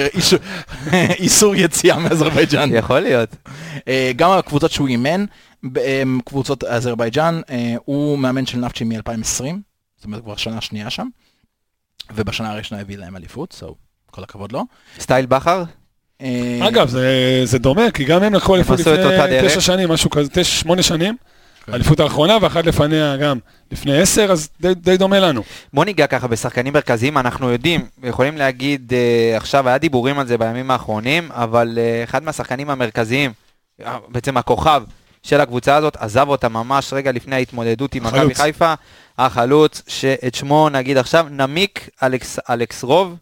איסור יציאה מאזרבייג'אן. יכול להיות. גם הקבוצות שהוא אימן, קבוצות אזרבייג'אן, הוא מאמן של נפצ'י מ-אלפיים ועשרים, זאת אומרת כבר שנה שנייה שם, ובשנה הראשונה הביא להם אליפות, so כל הכבוד לו. סטייל בחר? אגב, זה דומה, כי גם הם לקחו אליפות לפני תשע שנים, משהו כזה, תשע, שמונה שנים, אליפות האחרונה, ואחת לפניה גם לפני עשר, אז די דומה לנו. בוא ניגע ככה בשחקנים מרכזיים, אנחנו יודעים, יכולים להגיד, עכשיו היה דיבורים על זה בימים האחרונים, אבל אחד מהשחקנים המרכזיים, בעצם הכוכב, של הקבוצה הזאת, עזב אותה ממש רגע לפני ההתמודדות עם מכבי חיפה, החלוץ, שאת שמו נגיד עכשיו, נמיק אלכס, אלכס רוב,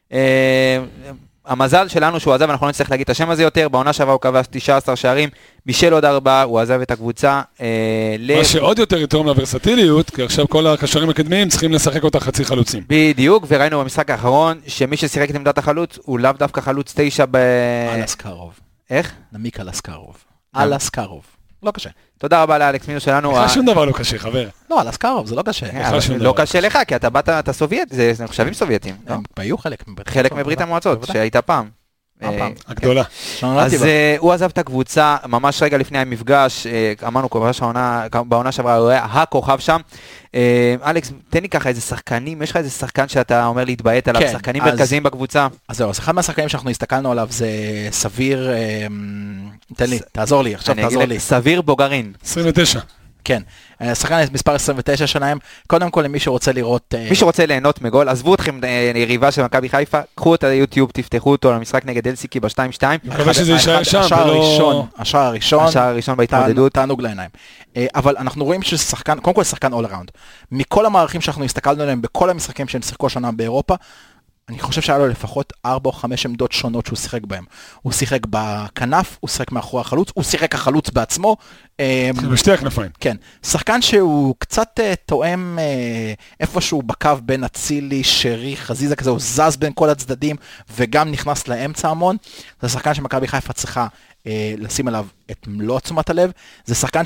המזל שלנו שהוא עזב, אנחנו לא נצטרך להגיד את השם הזה יותר, בעונה שעברה הוא כבש תשעה עשר שערים, בישל עוד ארבעה, הוא עזב את הקבוצה. מה שעוד יותר יתרום לוורסטיליות, כי עכשיו כל הקשרים הקדמיים צריכים לשחק אותה חצי חלוצים. בדיוק, וראינו במשחק האחרון, שמי ששיחק את עמדת החלוץ, הוא לאו דווקא חלוץ תשע ב... אלסקרוב. איך? נמיק אלסקרוב. אלסקרוב. לא קשה. תודה רבה לאלכס מינוס שלנו. לך שום דבר לא קשה, חבר. לא, אלסקרוב, זה לא קשה. לא קשה לך, כי אתה באת, אתה סובייט, זה נחשבים סובייטים. הם היו חלק מברית המועצות. חלק מברית המועצות, שהייתה פעם. הגדולה. אז הוא עזב את הקבוצה, ממש רגע לפני המפגש, אמרנו בעונה שעברה, הוא היה הכוכב שם. אלכס, תן לי ככה איזה שחקנים, יש לך איזה שחקן שאתה אומר להתבעט עליו, שחקנים מרכזיים בקבוצה? אז זהו, אחד מהשחקנים שאנחנו הסתכלנו עליו זה סביר, תן לי, תעזור לי, עכשיו תעזור לי. סביר בוגרין. עשרים ותשע. כן, שחקן מספר עשרים ותשע שלהם, קודם כל למי שרוצה לראות... מי שרוצה ליהנות מגול, עזבו אתכם יריבה של מכבי חיפה, קחו את היוטיוב, תפתחו אותו למשחק נגד אלסיקי ב-שתיים שתיים. מקווה שזה יישאר שם, ולא... השער הראשון, השער הראשון בהתמודדות. תענוג לעיניים. אבל אנחנו רואים ששחקן, קודם כל שחקן all around. מכל המערכים שאנחנו הסתכלנו עליהם, בכל המשחקים שהם שיחקו השנה באירופה, אני חושב שהיה לו לפחות ארבע או חמש עמדות שונות שהוא שיחק בהם. הוא שיחק בכנף, הוא שיחק מאחורי החלוץ, הוא שיחק החלוץ בעצמו. בשתי הכנפיים. כן. שחקן שהוא קצת תואם איפשהו בקו בין אצילי, שרי, חזיזה כזה, הוא זז בין כל הצדדים וגם נכנס לאמצע המון. זה שחקן שמכבי חיפה צריכה לשים עליו את מלוא תשומת הלב. זה שחקן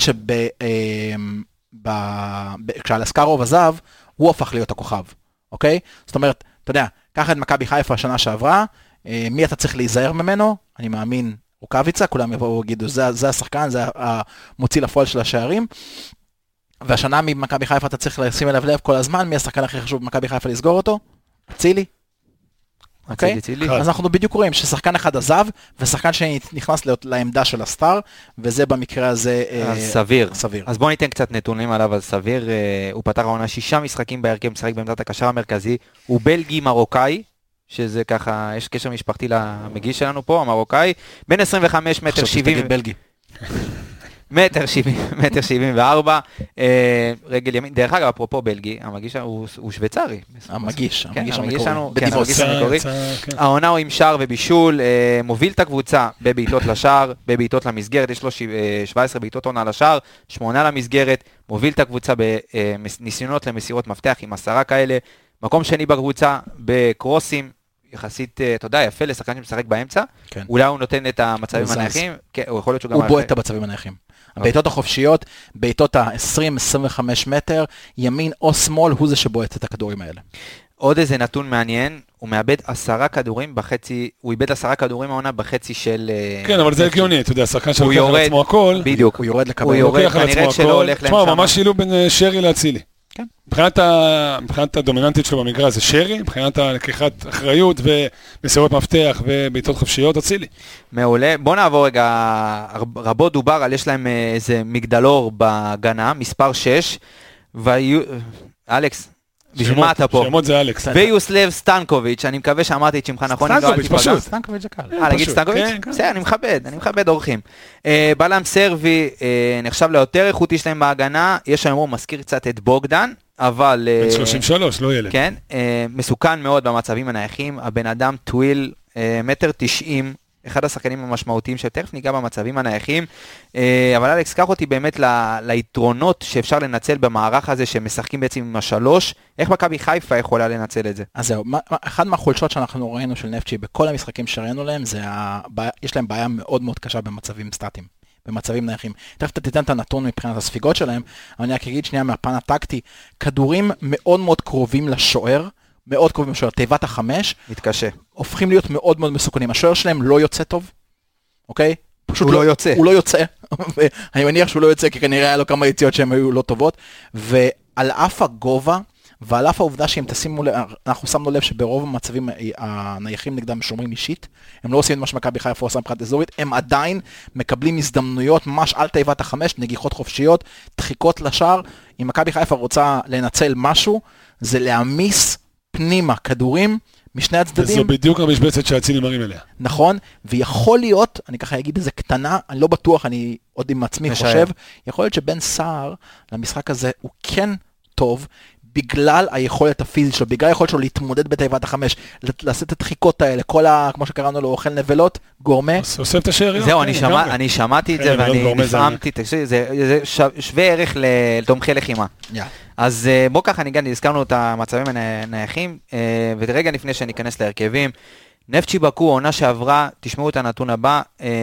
כשאלסקרוב עזב, הוא הפך להיות הכוכב. אוקיי? זאת אומרת, אתה יודע, קח את מכבי חיפה השנה שעברה, מי אתה צריך להיזהר ממנו? אני מאמין, רוקאביצה, כולם יבואו ויגידו, זה, זה השחקן, זה המוציא לפועל של השערים, והשנה ממכבי חיפה אתה צריך לשים אליו לב כל הזמן, מי השחקן הכי חשוב במכבי חיפה לסגור אותו? אצילי. אוקיי? אז אנחנו בדיוק רואים ששחקן אחד עזב, ושחקן שנכנס לעמדה של הסטאר, וזה במקרה הזה סביר. סביר. אז בואו ניתן קצת נתונים עליו, אז סביר, הוא פתח העונה שישה משחקים בהרכב, משחק בעמדת הקשר המרכזי, הוא בלגי מרוקאי, שזה ככה, יש קשר משפחתי למגיש שלנו פה, המרוקאי, בין עשרים וחמש מטר שבעים. עכשיו בלגי. מטר שבעים, מטר שבעים וארבע, רגל ימין, דרך אגב, אפרופו בלגי, המגיש הוא שוויצרי. המגיש, המגיש המקורי. העונה הוא עם שער ובישול, מוביל את הקבוצה בבעיטות לשער, בבעיטות למסגרת, יש לו שבע עשרה בעיטות עונה לשער, שמונה למסגרת, מוביל את הקבוצה בניסיונות למסירות מפתח עם עשרה כאלה, מקום שני בקבוצה בקרוסים, יחסית, אתה יודע, יפה לשחקן שמשחק באמצע, אולי הוא נותן את המצבים הנייחים, הוא יכול להיות שהוא גם... הוא בועט את המצבים הנייחים. בעיטות החופשיות, בעיטות ה-עשרים עד עשרים וחמש מטר, ימין או שמאל, הוא זה שבועט את הכדורים האלה. עוד איזה נתון מעניין, הוא מאבד עשרה כדורים בחצי, הוא איבד עשרה כדורים העונה בחצי של... כן, אבל זה הגיוני, אתה יודע, שחקן שלוקח על עצמו הכל. בדיוק. הוא יורד לקבל. הוא יורד, כנראה שלא הולך להם שם. תשמע, ממש שילוב בין שרי לאצילי. כן. מבחינת, ה... מבחינת הדומיננטית שלו במגרש זה שרי, מבחינת הלקיחת אחריות ומסירות מפתח ובעיטות חופשיות, אצילי. מעולה. בוא נעבור רגע, רבות דובר על יש להם איזה מגדלור בהגנה, מספר שש, והיו... אלכס, בשביל מה אתה פה? שמות זה אלכס. ויוסלב סטנקוביץ', אני מקווה שאמרתי את שמך נכון. סטנקוביץ', פשוט. סטנקוביץ' זה קל. אה, להגיד סטנקוביץ'? בסדר, אני מכבד, אני מכבד אורחים. בלם סרבי נחשב ליותר איכותי שלהם בהגנה, יש היום הוא מזכיר קצת את בוגדן, אבל... בן שלושים ושלוש, לא ילד. כן, מסוכן מאוד במצבים הנייחים, הבן אדם טוויל, מטר תשעים, אחד השחקנים המשמעותיים שתכף ניגע במצבים הנייחים, אבל אלכס, קח אותי באמת ליתרונות שאפשר לנצל במערך הזה שמשחקים בעצם עם השלוש, איך מכבי חיפה יכולה לנצל את זה? אז זהו, אחד מהחולשות שאנחנו ראינו של נפצ'י בכל המשחקים שראינו להם, זה יש להם בעיה מאוד מאוד קשה במצבים סטטיים, במצבים נייחים. תכף אתה תיתן את הנתון מבחינת הספיגות שלהם, אבל אני רק אגיד שנייה מהפן הטקטי, כדורים מאוד מאוד קרובים לשוער, מאוד קרובים לשוער, תיבת החמש, מתקשה. הופכים להיות מאוד מאוד מסוכנים. השוער שלהם לא יוצא טוב, אוקיי? פשוט הוא לא יוצא. הוא לא יוצא, ואני מניח שהוא לא יוצא, כי כנראה היה לו כמה יציאות שהן היו לא טובות, ועל אף הגובה, ועל אף העובדה שאם תשימו לב, אנחנו שמנו לב שברוב המצבים הנייחים נגדם שומרים אישית, הם לא עושים את מה שמכבי חיפה עושה מבחינת אזורית, הם עדיין מקבלים הזדמנויות ממש על תיבת החמש, נגיחות חופשיות, דחיקות לשער. אם מכבי חיפה רוצה לנצל משהו, זה להמיס פנימה כדורים משני הצדדים. וזו בדיוק המשבצת שהצילי מרים אליה. נכון, ויכול להיות, אני ככה אגיד איזה קטנה, אני לא בטוח, אני עוד עם עצמי משאר. חושב, יכול להיות שבן סער למשחק הזה הוא כן טוב, בגלל היכולת הפיזית שלו, בגלל היכולת שלו להתמודד בתיבת החמש, לעשות את הדחיקות האלה, כל ה... כמו שקראנו לו, אוכל נבלות, גורמה. אוסף את השאריות. זהו, אני שמעתי את זה ואני נפעמתי, זה שווה ערך לתומכי לחימה. אז בוא ככה ניגע, הזכרנו את המצבים הנייחים, ורגע לפני שניכנס להרכבים, נפצ'י בקו, העונה שעברה, תשמעו את הנתון הבא,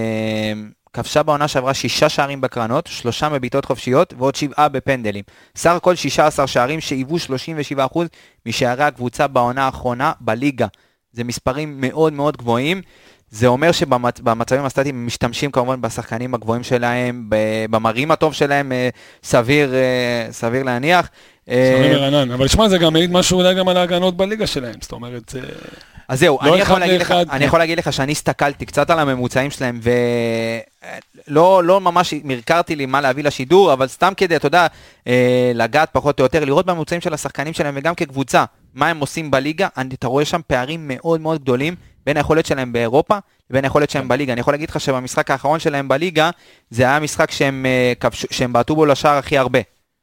כבשה בעונה שעברה שישה שערים בקרנות, שלושה מביטות חופשיות ועוד שבעה בפנדלים. סך הכל שישה עשר שערים שהיוו שלושים ושבעה אחוז משערי הקבוצה בעונה האחרונה בליגה. זה מספרים מאוד מאוד גבוהים. זה אומר שבמצבים הסטטיים הם משתמשים כמובן בשחקנים הגבוהים שלהם, במראים הטוב שלהם, סביר, סביר להניח. סביר מרענן, אבל שמע, זה גם מעיד משהו אולי גם על ההגנות בליגה שלהם, זאת אומרת, זה... אז זהו, אני יכול להגיד לך, אני יכול להגיד לך שאני הסתכלתי קצת על הממוצעים שלהם, ולא לא ממש מרקרתי לי מה להביא לשידור, אבל סתם כדי, אתה יודע, לגעת פחות או יותר, לראות בממוצעים של השחקנים שלהם, וגם כקבוצה, מה הם עושים בליגה, אתה רואה שם פערים מאוד מאוד גדולים, בין היכולת שלהם באירופה, לבין היכולת שלהם בליגה. אני יכול להגיד לך שבמשחק האחרון שלהם בליגה, זה היה משחק שהם, שהם בעטו בו לשער הכי הרבה.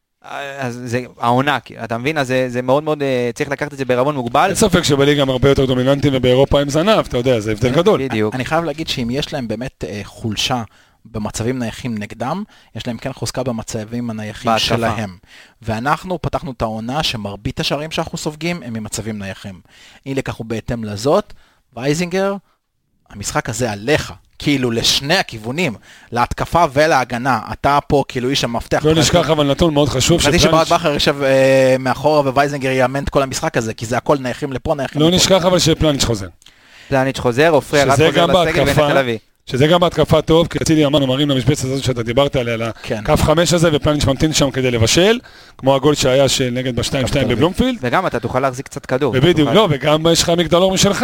אז זה העונה, אתה מבין? אז זה, זה מאוד מאוד, צריך לקחת את זה בערבון מוגבל. אין ספק שבליגה הם הרבה יותר דומיננטיים, ובאירופה הם זנב, אתה יודע, זה הבדל גדול. בדיוק. אני חייב להגיד שאם יש להם באמת חולשה במצבים נייחים נגדם, יש להם כן חוזקה במצבים הנייחים שלהם. ואנחנו פתחנו את העונה שמרבית השערים שאנחנו סופגים הם ממצבים נייחים. אי לכך הוא בהתאם לזאת, וייזינגר, המשחק הזה עליך. כאילו לשני הכיוונים, להתקפה ולהגנה, אתה פה כאילו איש המפתח. לא נשכח אבל נתון מאוד חשוב. חשבתי שברק בכר יושב מאחורה ווייזינגר יאמן את כל המשחק הזה, כי זה הכל נייחים לפה, נייחים לפה. לא נשכח אבל שפלניץ' חוזר. פלניץ' חוזר, עופרי ארד חוזר לסגל ונטע לביא. שזה גם בהתקפה טוב, כי אצילי אמרנו מרים למשבצת הזאת שאתה דיברת עליה, לקו חמש הזה, ופלניץ' ממתין שם כדי לבשל, כמו הגול שהיה של נגד ב-שתיים שתיים בבלומפילד. וגם אתה תוכל להחזיק קצת כדור. ובדיוק, לא, וגם יש לך מגדלור משלך,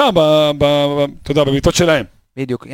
אתה יודע, בביתות שלהם. בדיוק,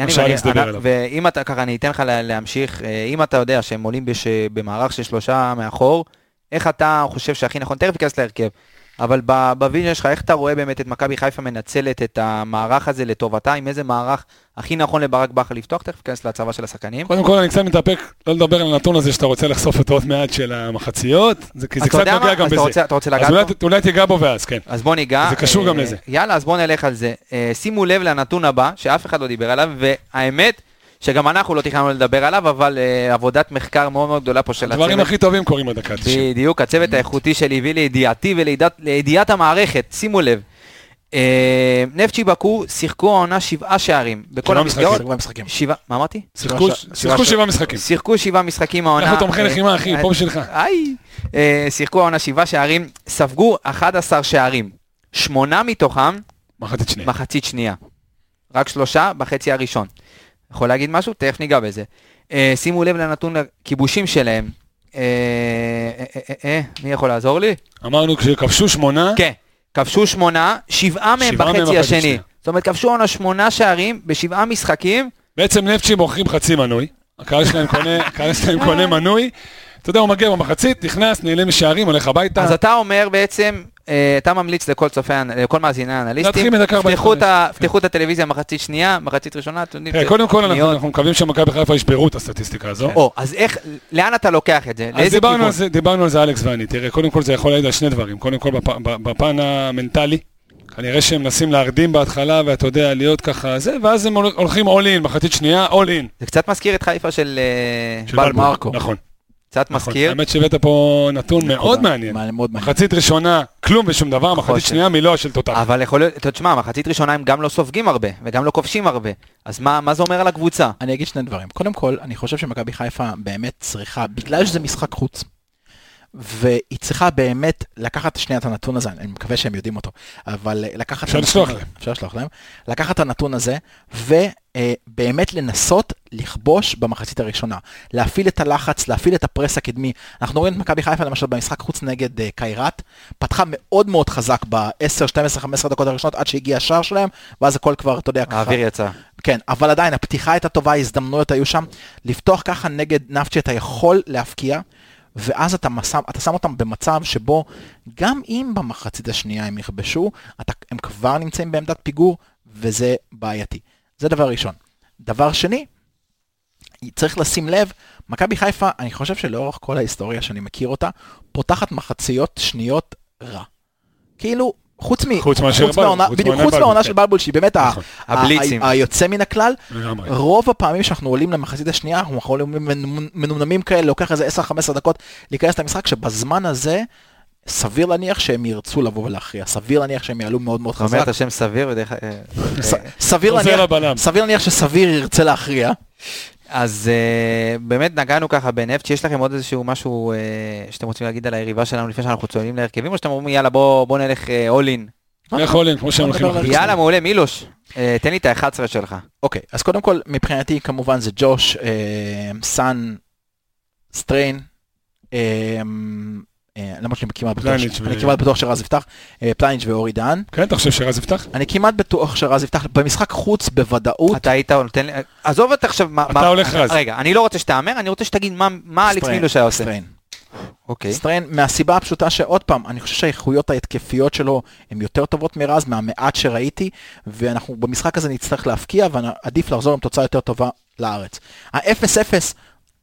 ואם אתה ככה, אני אתן לך להמשיך, אם אתה יודע שהם עולים במערך של שלושה מאחור, איך אתה חושב שהכי נכון, תכף ייכנס להרכב, אבל בוויז'ן שלך, איך אתה רואה באמת את מכבי חיפה מנצלת את המערך הזה לטובתה, עם איזה מערך הכי נכון לברק בכר לפתוח, תכף ייכנס להצבה של השחקנים. קודם כל אני קצת מתאפק, לא לדבר על הנתון הזה שאתה רוצה לחשוף אותו עוד מעט של המחציות, כי זה קצת נוגע גם בזה. אתה רוצה לגעת בו? אז אולי תיגע בו ואז, כן. אז בוא ניגע. זה קשור גם לזה. יאללה, אז בוא נלך על זה. שימו לב לנתון הבא, שאף אחד לא דיבר עליו, והאמת שגם אנחנו לא תכננו לדבר עליו, אבל uh, עבודת מחקר מאוד מאוד גדולה פה של הצוות. הדברים הכי טובים קורים בדקה תשעים. בדיוק, הצוות האיכותי שלי הביא לידיעתי ולידיעת המערכת, שימו לב. Uh, נפצ'י בקו שיחקו העונה שבעה שערים. בכל המסגרות. שבעה, מה אמרתי? שיחקו שבעה משחקים. שיחקו שבעה משחקים העונה. אנחנו תומכי לחימה, אחי, פה בשבילך. איי. שיחקו העונה שבעה שערים, ספגו אחד עשר שערים. שמונה מתוכם, מחצית שנייה. מחצית שנייה. רק שלושה בחצי הראשון. יכול להגיד משהו? תכף ניגע בזה. אה, שימו לב לנתון לכיבושים שלהם. אה, אה, אה, אה, מי יכול לעזור לי? אמרנו כשכבשו שמונה. כן, כבשו שמונה, שבעה מהם בחצי השני. זאת אומרת, כבשו עונה שמונה שערים בשבעה משחקים. בעצם נפצ'י מוכרים חצי מנוי. הקהל שלהם קונה, הקהל שלהם קונה מנוי. אתה יודע, הוא מגיע במחצית, נכנס, נעלם משערים, הולך הביתה. אז אתה אומר בעצם, אתה ממליץ לכל צופי, לכל מאזיני האנליסטים, פתחו את הטלוויזיה מחצית שנייה, מחצית ראשונה. קודם כל אנחנו מקווים שמכבי חיפה ישברו את הסטטיסטיקה הזו. או, אז איך, לאן אתה לוקח את זה? אז דיברנו על זה אלכס ואני, תראה, קודם כל זה יכול להעיד על שני דברים, קודם כל בפן המנטלי, כנראה שהם מנסים להרדים בהתחלה, ואתה יודע, להיות ככה זה, ואז הם הולכים all in, מחצית שנייה, all in. זה קצת מזכיר את חיפה של בל מרקו. נכון. קצת מזכיר. האמת שהבאת פה נתון מאוד מעניין. מחצית ראשונה, כלום ושום דבר, מחצית שנייה מילואה של תותח. אבל יכול להיות, תשמע, מחצית ראשונה הם גם לא סופגים הרבה, וגם לא כובשים הרבה. אז מה זה אומר על הקבוצה? אני אגיד שני דברים. קודם כל, אני חושב שמכבי חיפה באמת צריכה, בגלל שזה משחק חוץ, והיא צריכה באמת לקחת שנייה את הנתון הזה, אני מקווה שהם יודעים אותו, אבל לקחת... אפשר לשלוח להם. אפשר לשלוח להם. לקחת את הנתון הזה, ובאמת לנסות לכבוש במחצית הראשונה. להפעיל את הלחץ, להפעיל את הפרס הקדמי. אנחנו רואים את מכבי חיפה למשל במשחק חוץ נגד קיירת, פתחה מאוד מאוד חזק ב-עשר, שתים עשרה, חמש עשרה דקות הראשונות, עד שהגיע השער שלהם, ואז הכל כבר, אתה יודע, ככה... האוויר יצא. כן, אבל עדיין, הפתיחה הייתה טובה, ההזדמנויות היו שם. לפתוח ככה נגד נפצ'י, אתה יכול להפקיע, ואז אתה, מסם, אתה שם אותם במצב שבו גם אם במחצית השנייה הם יכבשו, אתה, הם כבר נמצאים בעמדת פיגור, וזה בעייתי. זה דבר ראשון. דבר שני, צריך לשים לב, מכבי חיפה, אני חושב שלאורך כל ההיסטוריה שאני מכיר אותה, פותחת מחציות שניות רע. כאילו, חוץ מ... חוץ מהעונה, בדיוק, חוץ מהעונה של בלבול, שהיא באמת הבליצים. היוצא מן הכלל, רוב הפעמים שאנחנו עולים למחצית השנייה, אנחנו עולים מנומנמים כאלה, לוקח איזה עשר חמש עשרה דקות להיכנס למשחק, שבזמן הזה, סביר להניח שהם ירצו לבוא ולהכריע, סביר להניח שהם יעלו מאוד מאוד חזק. אומר את השם סביר, ודרך... סביר להניח שסביר ירצה להכריע. אז uh, באמת נגענו ככה בנפט, שיש לכם עוד איזשהו משהו uh, שאתם רוצים להגיד על היריבה שלנו לפני שאנחנו צועלים להרכבים, או שאתם אומרים יאללה בוא, בוא נלך אול אין? נלך אול אין, כמו שהם הולכים להחליט. יאללה מעולה, מילוש, uh, תן לי את ה-אחת עשרה שלך. אוקיי, אז קודם כל מבחינתי כמובן זה ג'וש, uh, סאן, סטריין, uh, למרות שאני כמעט בטוח, אני כמעט בטוח שרז יפתח, פלייניץ' ואורי דהן. כן, אתה חושב שרז יפתח? אני כמעט בטוח שרז יפתח, במשחק חוץ בוודאות. אתה היית, נותן לי, עזוב את עכשיו, אתה הולך רז. רגע, אני לא רוצה שתאמר, אני רוצה שתגיד מה אלכס מילוש היה עושה. סטריין. אוקיי. סטריין, מהסיבה הפשוטה שעוד פעם, אני חושב שהאיכויות ההתקפיות שלו הן יותר טובות מרז, מהמעט שראיתי, ואנחנו במשחק הזה נצטרך להפקיע, ועדיף לחזור עם תוצאה יותר טובה לארץ. ה-אפס אפס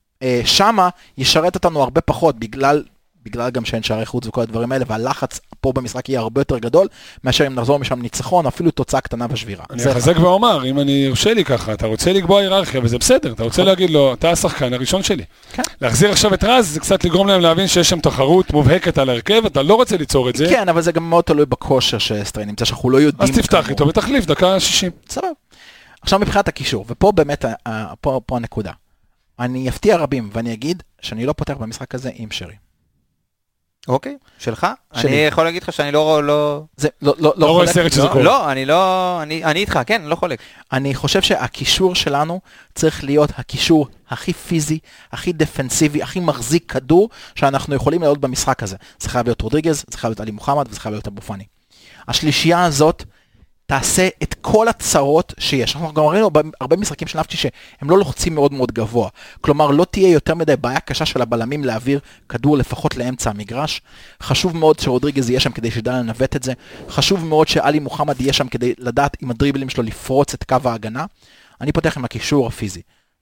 שמה ישרת אותנו הרבה פחות, בגלל בגלל גם שאין שערי חוץ וכל הדברים האלה, והלחץ פה במשחק יהיה הרבה יותר גדול, מאשר אם נחזור משם ניצחון, אפילו תוצאה קטנה בשבירה. אני אחזק ואומר, אם אני יורשה לי ככה, אתה רוצה לקבוע היררכיה, וזה בסדר, אתה רוצה להגיד לו, אתה השחקן הראשון שלי. להחזיר עכשיו את רז, זה קצת לגרום להם להבין שיש שם תחרות מובהקת על הרכב, אתה לא רוצה ליצור את זה. כן, אבל זה גם מאוד תלוי בכושר שסטריין נמצא, שאנחנו לא יודעים. אז תפתח איתו ותחליף, דקה שישים. סבב. עכשיו מבחינת הקישור, ופה באמת, פה, פה הנקודה. אני אפתיע רבים, ואני אגיד שאני לא פותח במשחק הזה עם שרי. אוקיי, שלך? אני יכול להגיד לך שאני לא... לא לא רואה סרט שזה קורה. לא, אני לא... אני איתך, כן, לא חולק. אני חושב שהקישור שלנו צריך להיות הקישור הכי פיזי, הכי דפנסיבי, הכי מחזיק כדור, שאנחנו יכולים לעלות במשחק הזה. זה חייב להיות רודריגז, זה חייב להיות עלי מוחמד, וזה חייב להיות אבו פאני. השלישייה הזאת תעשה את כל הצרות שיש. אנחנו גם ראינו הרבה משחקים שנפתי שהם לא לוחצים מאוד מאוד גבוה. כלומר, לא תהיה יותר מדי בעיה קשה של הבלמים להעביר כדור לפחות לאמצע המגרש. חשוב מאוד שרודריגז יהיה שם כדי שידע לנווט את זה. חשוב מאוד שאלי מוחמד יהיה שם כדי לדעת עם הדריבלים שלו לפרוץ את קו ההגנה. אני פותח עם הקישור הפיזי.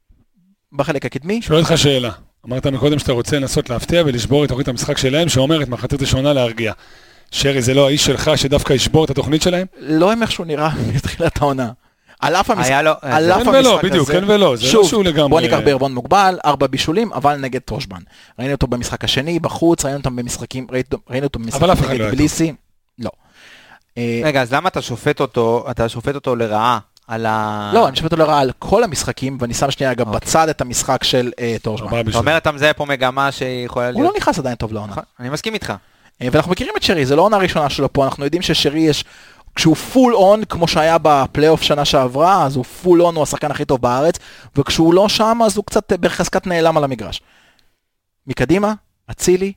בחלק הקדמי. שואל לך שאלה. אמרת מקודם שאתה רוצה לנסות להפתיע ולשבור את תוכנית המשחק שלהם, שאומרת מחצית ראשונה להרגיע. שרי, זה לא האיש שלך שדווקא ישבור את התוכנית שלהם? לא עם איך שהוא נראה מתחילת העונה. על אף המשחק כן ולא, בדיוק, כן ולא. שוב, בוא ניקח בערבון מוגבל, ארבע בישולים, אבל נגד טרושבן. ראינו אותו במשחק השני, בחוץ, ראינו אותו במשחקים, ראינו אותו במשחק נגד בליסי. לא. רגע, אז למה אתה שופט אותו, אתה שופט אותו לרעה? לא, אני שופט אותו לרעה על כל המשחקים, ואני שם שנייה גם בצד את המשחק של טרושבן. זאת אומרת, אתה מזהה פה מגמה שיכולה להיות... הוא לא נכנס עדיין טוב לעונה. אני מסכים איתך. ואנחנו מכירים את שרי, זה לא עונה ראשונה שלו פה, אנחנו יודעים ששרי יש, כשהוא פול און, כמו שהיה בפלייאוף שנה שעברה, אז הוא פול און, הוא השחקן הכי טוב בארץ, וכשהוא לא שם, אז הוא קצת בחזקת נעלם על המגרש. מקדימה, אצילי,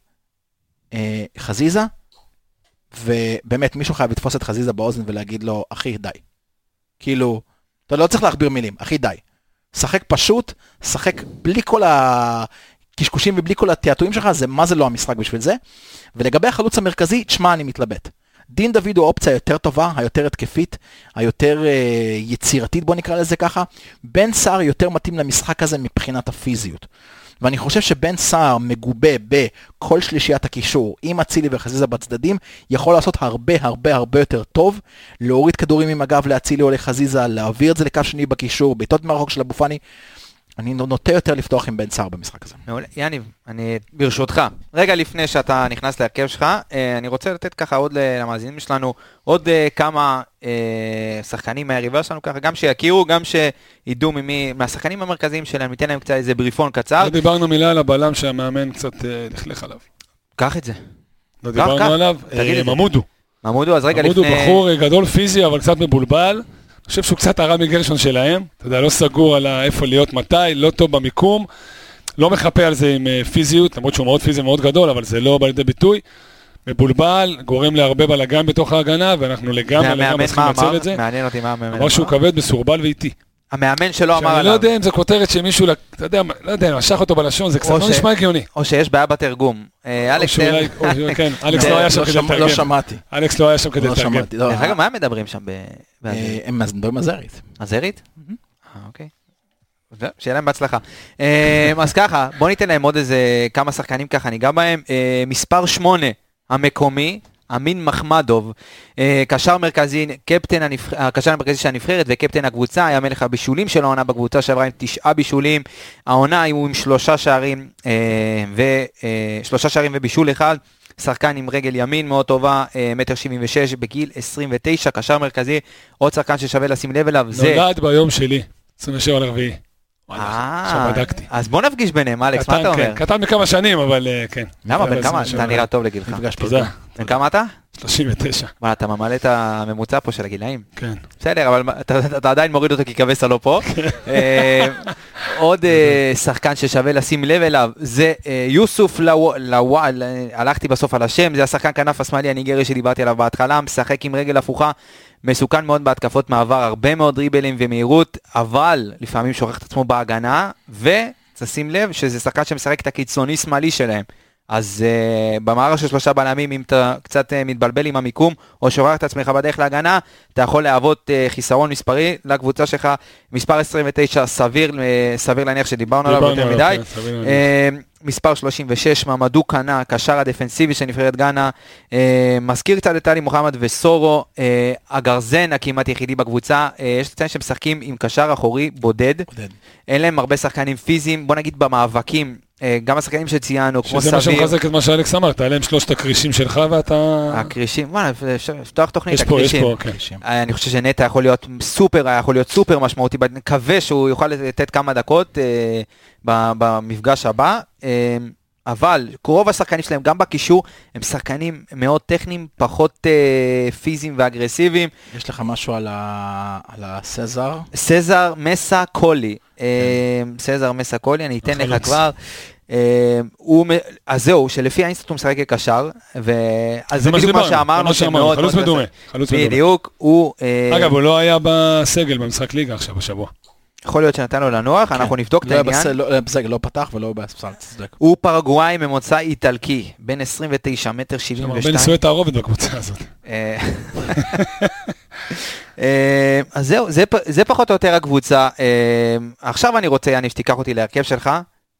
אה, חזיזה, ובאמת מישהו חייב לתפוס את חזיזה באוזן ולהגיד לו, אחי, די. כאילו, אתה לא צריך להכביר מילים, אחי, די. שחק פשוט, שחק בלי כל ה... קשקושים ובלי כל התיאטויים שלך, זה מה זה לא המשחק בשביל זה. ולגבי החלוץ המרכזי, תשמע, אני מתלבט. דין דוד הוא האופציה היותר טובה, היותר התקפית, היותר אה, יצירתית, בוא נקרא לזה ככה. בן סער יותר מתאים למשחק הזה מבחינת הפיזיות. ואני חושב שבן סער מגובה בכל שלישיית הקישור, עם אצילי וחזיזה בצדדים, יכול לעשות הרבה הרבה הרבה יותר טוב, להוריד כדורים עם הגב לאצילי או לחזיזה, להעביר את זה לקו שני בקישור, בעיטות מרחוק של אבו פאני. אני נוטה יותר לפתוח עם בן סער במשחק הזה. מעולה, יניב, אני ברשותך. רגע לפני שאתה נכנס להרכב שלך, אני רוצה לתת ככה עוד למאזינים שלנו, עוד כמה שחקנים מהיריבה שלנו ככה, גם שיכירו, גם שידעו ממי, מהשחקנים המרכזיים שלהם, ניתן להם קצת איזה בריפון קצר. לא דיברנו מילה על הבלם שהמאמן קצת לכלך עליו. קח את זה. לא דיברנו עליו, ממודו. ממודו, אז רגע לפני... ממודו בחור גדול פיזי, אבל קצת מבולבל. אני חושב שהוא קצת הרע מגרשון שלהם, אתה יודע, לא סגור על איפה להיות מתי, לא טוב במיקום, לא מחפה על זה עם פיזיות, למרות שהוא מאוד פיזי מאוד גדול, אבל זה לא בא לידי ביטוי, מבולבל, גורם להרבה בלגן בתוך ההגנה, ואנחנו לגמרי לגמרי צריכים לצל את זה. מעניין אותי מה המאמן. אמר שהוא כבד, מסורבל ואיטי. המאמן שלו אמר שאני לא עליו. יודע אם זו כותרת שמישהו, אתה יודע, לא יודע, משך אותו בלשון, זה קצת לא נשמע הגיוני. או שיש בעיה בתרגום. אלכס, כן, אלכס לא היה שם כדי לתרגם. לא שמעתי. אלכס לא היה שם כדי לתרגם. דרך אגב, מה הם מדברים שם? הם מדברים עזרית. עזרית? אה, אוקיי. שיהיה להם בהצלחה. אז ככה, בוא ניתן להם עוד איזה כמה שחקנים ככה, ניגע בהם. מספר שמונה, המקומי, אמין מחמדוב, קשר מרכזי, קפטן הקשר המרכזי של הנבחרת וקפטן הקבוצה, היה מלך הבישולים של העונה בקבוצה שעברה עם תשעה בישולים, העונה הוא עם שלושה שערים ושלושה שערים ובישול אחד, שחקן עם רגל ימין מאוד טובה, מטר שבעים ושש, בגיל עשרים ותשע, קשר מרכזי, עוד שחקן ששווה לשים לב אליו, זה... נולד ביום שלי, עשרים ושבע לרביעי. עכשיו בדקתי. אז בוא נפגיש ביניהם, אלכס, מה אתה אומר? קטן בכמה שנים, אבל כן. למה, בן כמה? אתה נראה טוב לגילך. תודה. בן כמה אתה? שלושים ותשע. מה, אתה ממלא את הממוצע פה של הגילאים? כן. בסדר, אבל אתה עדיין מוריד אותו כי כבסה לא פה. עוד שחקן ששווה לשים לב אליו, זה יוסוף לוואל, הלכתי בסוף על השם, זה השחקן כנף השמאלי הניגרי שדיברתי עליו בהתחלה, משחק עם רגל הפוכה, מסוכן מאוד בהתקפות מעבר, הרבה מאוד דריבלים ומהירות, אבל לפעמים שוכח את עצמו בהגנה, ותשים לב שזה שחקן שמשחק את הקיצוני שמאלי שלהם. אז uh, במערך של שלושה בלמים, אם אתה קצת uh, מתבלבל עם המיקום, או שוכח את עצמך בדרך להגנה, אתה יכול להוות uh, חיסרון מספרי לקבוצה שלך, מספר עשרים ותשע, סביר, uh, סביר להניח שדיברנו עליו יותר מדי. Uh, מספר שלושים ושש, ממדו קנה, קשר הדפנסיבי של נבחרת גאנה, אה, מזכיר קצת את טלי מוחמד וסורו, אה, הגרזן הכמעט יחידי בקבוצה, אה, יש לציין שהם משחקים עם קשר אחורי בודד, בודד, אין להם הרבה שחקנים פיזיים, בוא נגיד במאבקים, אה, גם השחקנים שציינו, כמו סביר. שזה מה שמחזק את מה שאלכס אמר, אתה עליהם שלושת הקרישים שלך ואתה... הקרישים, וואלה, לפתוח תוכנית, יש פה, הקרישים. יש פה, כן. אני חושב שנטע יכול להיות סופר, יכול להיות סופר משמעותי, מקווה שהוא יוכל לתת כמה דקות, אה, במפגש הבא, אבל רוב השחקנים שלהם גם בקישור הם שחקנים מאוד טכניים, פחות פיזיים ואגרסיביים. יש לך משהו על הסזר? סזר מסה קולי, סזר מסה קולי, אני אתן לך כבר. אז זהו, שלפי האינסטוט הוא משחק כקשר, אז זה בדיוק מה שאמרנו, חלוץ מדומה. בדיוק, הוא... אגב, הוא לא היה בסגל במשחק ליגה עכשיו בשבוע. יכול להיות שנתן לו לנוח, אנחנו נבדוק את העניין. בסגל לא פתח ולא בספסל, תצדק. הוא פרגוואי ממוצא איטלקי, בין עשרים ותשע, מטר שבעים ושתיים. בן נישואי תערובת בקבוצה הזאת. אז זהו, זה פחות או יותר הקבוצה. עכשיו אני רוצה, אני שתיקח אותי להרכב שלך,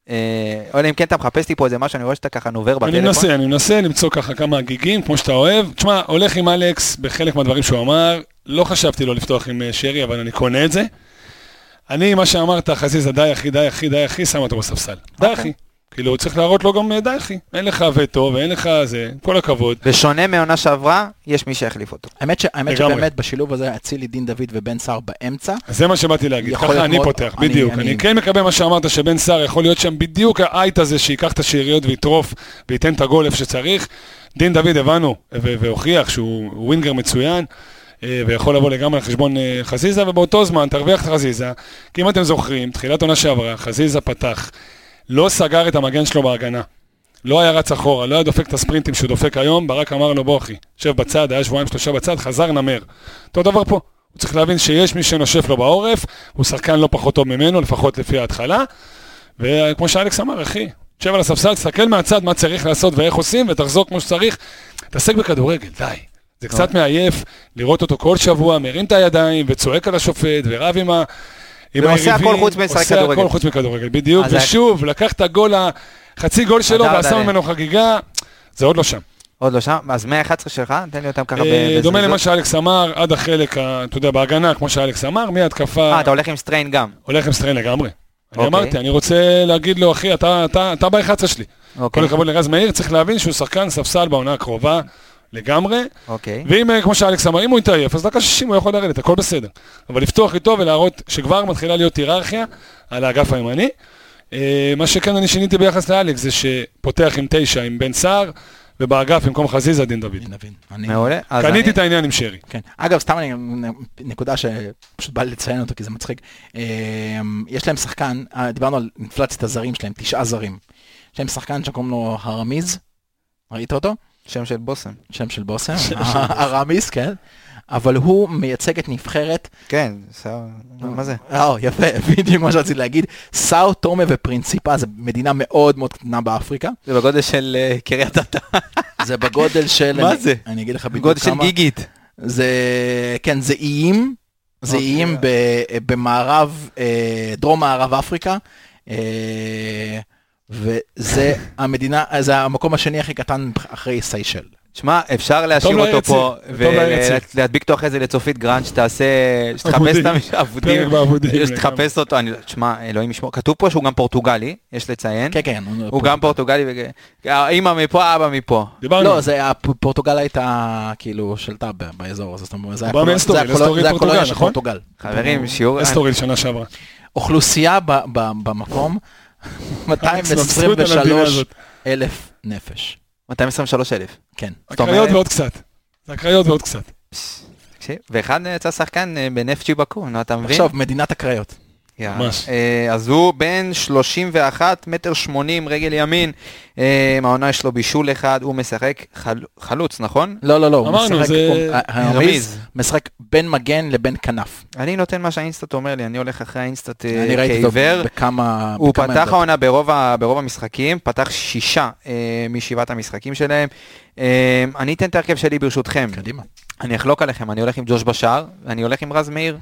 או אם כן אתה מחפש לי פה איזה משהו, אני רואה שאתה ככה נובר בטלפון. אני מנסה, אני מנסה למצוא ככה כמה הגיגים, כמו שאתה אוהב. תשמע, הולך עם אלכס בחלק מהדברים שהוא אמר, לא חשבתי לו לפתוח עם שרי, אבל אני קונה את זה. אני, מה שאמרת, חזיזה, די אחי, די אחי, די אחי, שם אותו בספסל. די אחי. כאילו, צריך להראות לו גם די אחי. אין לך וטו ואין לך זה, כל הכבוד. בשונה מעונה שעברה, יש מי שיחליף אותו. האמת שבאמת בשילוב הזה הצילי דין דוד ובן סער באמצע. זה מה שבאתי להגיד, ככה אני פותח, בדיוק. אני כן מקבל מה שאמרת שבן סער יכול להיות שם בדיוק האייט הזה שיקח את השאריות ויטרוף וייתן את הגול איפה שצריך. דין דוד הבנו והוכיח שהוא ווינגר מצוין. ויכול לבוא לגמרי לחשבון חזיזה, ובאותו זמן תרוויח את חזיזה, כי אם אתם זוכרים, תחילת עונה שעברה, חזיזה פתח, לא סגר את המגן שלו בהגנה, לא היה רץ אחורה, לא היה דופק את הספרינטים שהוא דופק היום, ברק אמר לו בוא אחי, שב בצד, היה שבועיים שלושה בצד, חזר נמר. אותו דבר פה, הוא צריך להבין שיש מי שנושף לו בעורף, הוא שחקן לא פחות טוב ממנו, לפחות לפי ההתחלה, וכמו שאלכס אמר, אחי, שב על הספסל, תסתכל מהצד מה צריך לעשות ואיך עושים, ותחזור כמו שצריך, תעסק בכדורגל, די. זה קצת מעייף לראות אותו כל שבוע, מרים את הידיים וצועק על השופט ורב עם היריבים. ועושה הכל חוץ משחק כדורגל. עושה הכל חוץ מכדורגל, בדיוק. ושוב, לקח את הגול, החצי גול שלו ועשה ממנו חגיגה, זה עוד לא שם. עוד לא שם, אז מאה ואחת עשרה שלך, תן לי אותם ככה בזריזות. דומה למה שאלכס אמר, עד החלק, אתה יודע, בהגנה, כמו שאלכס אמר, מהתקפה... אה, אתה הולך עם סטריין גם. הולך עם סטריין לגמרי. אני אמרתי, אני רוצה להגיד לו, אחי, אתה ב-אחת עשרה שלי. כל הכבוד לרז מאיר, צריך להבין שהוא שחקן ספסל בעונה הקרובה. לגמרי, אוקיי. ואם, כמו שאלכס אמר, אם הוא יתעייף, אז דקה שישים הוא יכול לרדת, הכל בסדר. אבל לפתוח איתו ולהראות שכבר מתחילה להיות היררכיה על האגף הימני. מה שכן אני שיניתי ביחס לאלכס, זה שפותח עם תשע, עם בן סער, ובאגף במקום חזיזה, דין דוד. מעולה. קניתי את העניין עם שרי. אגב, סתם נקודה שפשוט בא לי לציין אותו, כי זה מצחיק. יש להם שחקן, דיברנו על אינפלציית הזרים שלהם, תשעה זרים. יש להם שחקן שקוראים לו הרמיז, ראית אותו? שם של בוסם. שם של בוסם, הרמיס, כן. אבל הוא מייצג את נבחרת, כן, מה זה? אה, יפה, בדיוק מה שרציתי להגיד, סאו טומה ופרינסיפה, זו מדינה מאוד מאוד קטנה באפריקה. זה בגודל של קריית אתא. זה בגודל של... מה זה? אני אגיד לך בדיוק בגודל כמה. של גיגית. זה, כן, זה איים, זה איים במערב, דרום מערב אפריקה, וזה המדינה, זה המקום השני הכי קטן אחרי סיישל. שמע, אפשר להשאיר אותו פה, ולהדביק אותו אחרי זה לצופית גרנד, שתעשה, שתחפש את העבודים, שתחפש אותו, שמע, אלוהים ישמור, כתוב פה שהוא גם פורטוגלי, יש לציין. כן, כן. הוא גם פורטוגלי, אמא מפה, אבא מפה. לא, פורטוגל הייתה כאילו שלטה באזור הזה, זה הקולוניה של פורטוגל. חברים, שיעור... אסטוריל שנה שעברה. אוכלוסייה במקום, מאתיים עשרים ושלוש אלף נפש. מאתיים עשרים ושלוש אלף. כן. הקריות ועוד קצת. זה הקריות ועוד קצת. ואחד יצא שחקן בנפצ'י בקו, אתה מבין? עכשיו, מדינת הקריות. ממש. אז הוא בן שלושים ואחת, מטר שמונים, רגל ימין, העונה יש לו בישול אחד, הוא משחק חלוץ, נכון? לא, לא, לא. אמרנו, זה רמיז. משחק בין מגן לבין כנף. אני נותן מה שהאינסטאט אומר לי, אני הולך אחרי האינסטאט כעיוור. אני ראיתי אותו בכמה... הוא פתח העונה ברוב המשחקים, פתח שישה משבעת המשחקים שלהם. אני אתן את הרכב שלי ברשותכם. קדימה. אני אחלוק עליכם, אני הולך עם ג'וש בשאר, ואני הולך עם רז מאיר.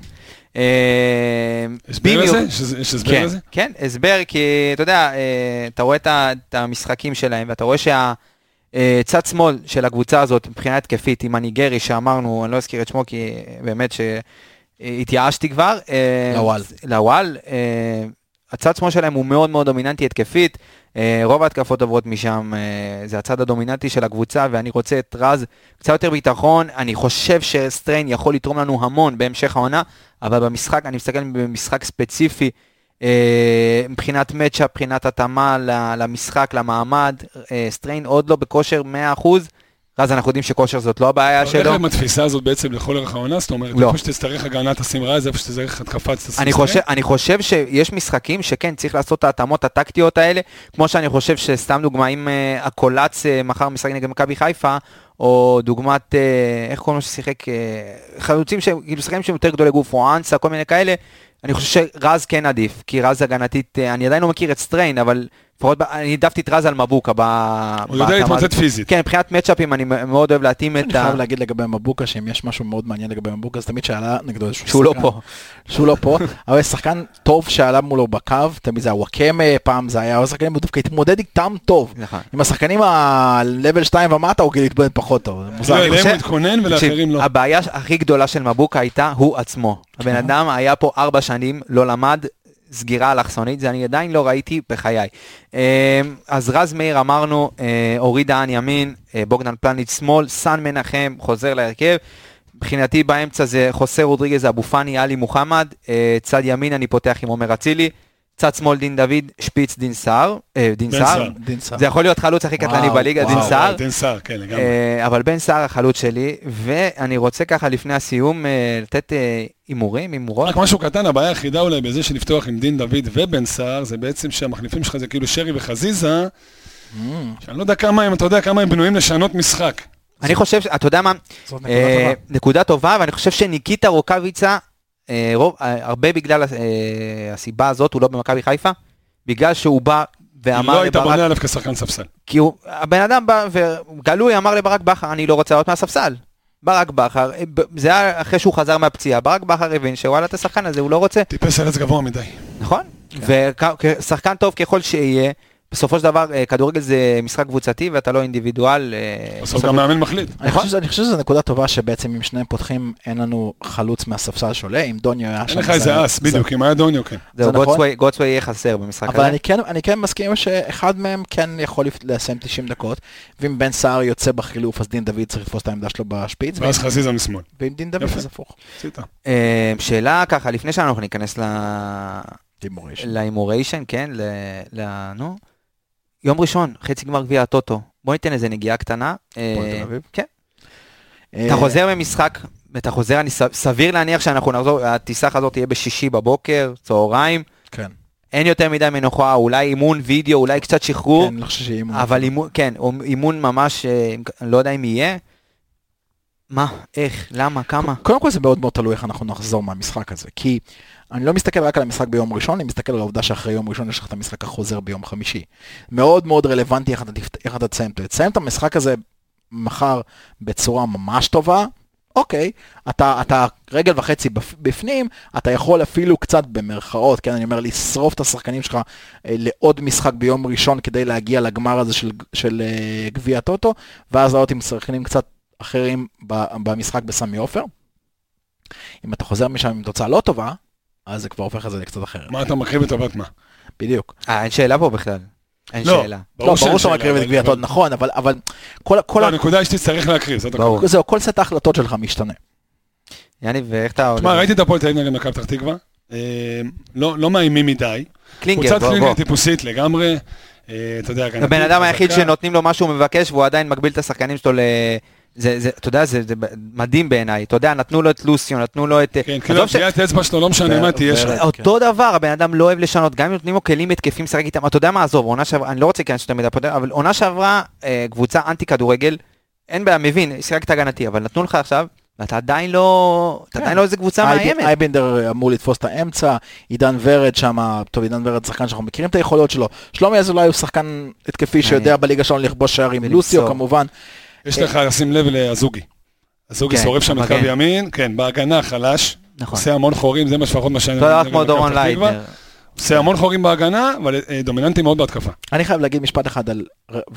הסבר לזה? יש הסבר לזה? כן, הסבר, כי אתה יודע, אתה רואה את המשחקים שלהם, ואתה רואה שהצד שמאל של הקבוצה הזאת, מבחינה התקפית, עם הניגרי שאמרנו, אני לא אזכיר את שמו, כי באמת שהתייאשתי כבר. לוואל. לוואל. הצד שמאל שלהם הוא מאוד מאוד דומיננטי התקפית, רוב ההתקפות עוברות משם, זה הצד הדומיננטי של הקבוצה, ואני רוצה את רז קצת יותר ביטחון, אני חושב שסטריין יכול לתרום לנו המון בהמשך העונה, אבל במשחק, אני מסתכל במשחק ספציפי, מבחינת מצ'אפ, מבחינת התאמה למשחק, למעמד, סטריין עוד לא בכושר מאה אחוז, רז אנחנו יודעים שכושר זאת לא הבעיה שלו. הולך עם התפיסה הזאת בעצם לכל ערך העונה, זאת אומרת, איפה שתצטרך הגנה תשים רז, איפה שתצטרך התקפה תשים סטריין. אני חושב שיש משחקים שכן, צריך לעשות את ההתאמות הטקטיות האלה, כמו שאני חושב שסתם דוגמה, אם הקולץ מחר משחק נגד מכבי חיפה, או דוגמת, איך קוראים לו ששיחק, חלוצים שמשחקים שהם יותר גדולי גוף, או אנסה, כל מיני כאלה, אני חושב שרז כן עדיף, כי רז הגנתית, אני עדיין לא מכיר את סטריין, אבל לפחות אני העדפתי את רז על מבוקה. הוא יודע להתמודד פיזית. כן, מבחינת מצ'אפים אני מאוד אוהב להתאים את ה... אני חייב להגיד לגבי מבוקה, שאם יש משהו מאוד מעניין לגבי מבוקה, אז תמיד שעלה נגדו איזשהו שחקן. שהוא לא פה. שהוא לא פה, אבל שחקן טוב שעלה מולו בקו, תמיד זה הוואקמה, פעם זה היה, השחקנים הוא דווקא התמודד איתם טוב. עם השחקנים ה-level שתיים ומטה, הוא כאילו התמודד פחות טוב. להם הוא התכונן ולאחרים לא. הבעיה הכי גדולה של מבוקה הייתה הוא עצמו. הבן אדם היה פה ארבע שנים, לא למד סגירה אלכסונית, זה אני עדיין לא ראיתי בחיי. אז רז מאיר אמרנו, אורי דהן ימין, בוגדן פלניץ' שמאל, סן מנחם חוזר להרכב, מבחינתי באמצע זה חוסה רודריגז, אבו פאני, אלי מוחמד, צד ימין אני פותח עם עומר אצילי, צד שמאל דין דוד, שפיץ דין סער, דין סער, זה יכול להיות חלוץ הכי קטלני בליגה, דין סער, דין סער, כן, לגמרי. אבל בן סער החלוץ שלי, ואני רוצה ככה לפני הסיום לתת אימורים, אימורות. רק משהו קטן, הבעיה היחידה אולי בזה שלפתוח עם דין דוד ובן סער, זה בעצם שהמחליפים שלך זה כאילו שרי וחזיזה, שאני לא יודע כמה הם, אתה יודע כמה הם בנויים לשנות משחק. אני חושב, אתה יודע מה, נקודה טובה, ואני חושב שניקיטה רוקאביצה, הרבה בגלל הסיבה הזאת, הוא לא במכבי חיפה, בגלל שהוא בא ואמר לא היית בונה עליו כשחקן ספסל. כי הבן אדם בא וגלוי אמר לברק בכר, אני לא רוצה להיות מהספסל. ברק בכר, זה היה אחרי שהוא חזר מהפציעה, ברק בכר הבין שוואלה את השחקן הזה, הוא לא רוצה. טיפס על זה גבוה מדי. נכון, ושחקן טוב ככל שיהיה, בסופו של דבר, כדורגל זה משחק קבוצתי, ואתה לא אינדיבידואל. בסוף גם מאמן מחליט. אני חושב שזו נקודה טובה, שבעצם אם שניהם פותחים, אין לנו חלוץ מהספסל שולה, אם דוניו היה שם. אין לך איזה אס, בדיוק, אם היה דוניו, כן. זהו, גוטסווי יהיה חסר במשחק הזה. אבל אני כן מסכים שאחד מהם כן יכול לסיים תשעים דקות, ואם בן סער יוצא בחילוף, אז דין דוד צריך לתפוס את העמדה שלו בשפיץ. ואז חזיזה משמאל. ואם דין דוד אז הפוך. שאלה ככה, לפני שאנחנו ניכנס לאימוריישן, כן, נו. יום ראשון, חצי גמר גביע הטוטו. בוא ניתן איזה נגיעה קטנה. כן. אתה חוזר ממשחק, אתה חוזר, אני סביר להניח שאנחנו נחזור, הטיסה הזאת תהיה בשישי בבוקר, צהריים. כן. אין יותר מדי מנוחה, אולי אימון וידאו, אולי קצת שחרור. כן, לא חושב שיהיה אימון. אבל אימון, כן, אימון ממש, לא יודע אם יהיה. מה? איך? למה? כמה? קודם כל זה מאוד מאוד תלוי איך אנחנו נחזור מהמשחק הזה, כי אני לא מסתכל רק על המשחק ביום ראשון, אני מסתכל על העובדה שאחרי יום ראשון יש לך את המשחק החוזר ביום חמישי. מאוד מאוד רלוונטי איך אתה, איך אתה תסיים. תסיים את המשחק הזה מחר בצורה ממש טובה, אוקיי, אתה, אתה רגל וחצי בפנים, אתה יכול אפילו קצת במרכאות, כן, אני אומר, לשרוף את השחקנים שלך אה, לעוד משחק ביום ראשון כדי להגיע לגמר הזה של, של אה, גביע טוטו, ואז לעוד עם שחקנים קצת אחרים במשחק בסמי עופר. אם אתה חוזר משם עם תוצאה לא טובה, אז זה כבר הופך את זה לקצת אחרת. מה אתה מקריב את הבת מה? בדיוק. אה, אין שאלה פה בכלל. אין לא, שאלה. לא, ברור שאתה מקריב את גביע טוטו, נכון, אבל, אבל כל, כל לא, הנקודה היא שתצטרך להקריב, זה ברור. זהו, כל סט ההחלטות שלך משתנה. יאני, ואיך אתה... תשמע, ראיתי את הפועל תל אביב נגד מכבי פתח תקווה, לא, לא מאיימים מדי. קלינגר, קבוצת בוא, קלינגר בוא. טיפוסית לגמרי, אתה יודע, הגנתית, הבן אדם היחיד חזקה. שנותנים לו מה שהוא מבקש, והוא עדיין מגביל את השחקנים שלו ל... זה, זה, אתה יודע, זה, זה מדהים בעיניי. אתה יודע, נתנו לו את לוסיון, נתנו לו את... כן, כאילו, פגיעת אצבע שלו, לא משנה מה תהיה שם. אותו דבר, הבן אדם לא אוהב לשנות, גם אם נותנים לו כלים התקפים לשחק איתם, אתה יודע מה, עזוב, עונה שעברה, אני לא רוצה להיכנס יותר מדי, אבל עונה שעברה, קבוצה אנטי כדורגל, אין בעיה, מבין, שיחקת הגנתי, אבל נתנו לך עכשיו, ואתה עדיין לא, אתה עדיין לא איזה קבוצה מאיימת. אייבנדר אמור לתפוס את האמצע, עידן ורד שם, טוב, עידן ורד שחקן שאנחנו מכירים את היכולות שלו, שלומי אזולאי הוא שחקן התקפי שיודע בליגה שלנו לכבוש שערים, לוסיו כמובן. יש לך לשים לב לאזוגי. הזוגי שורף שם את קו ימין, כן, בהגנה חלש, עושה המון חורים, זה מה שפחות מה שאני... תודה כמו דורון לייטנר. עושה המון חורים בהגנה, אבל דומיננטי מאוד בהתקפה. אני חייב להגיד משפט אחד על...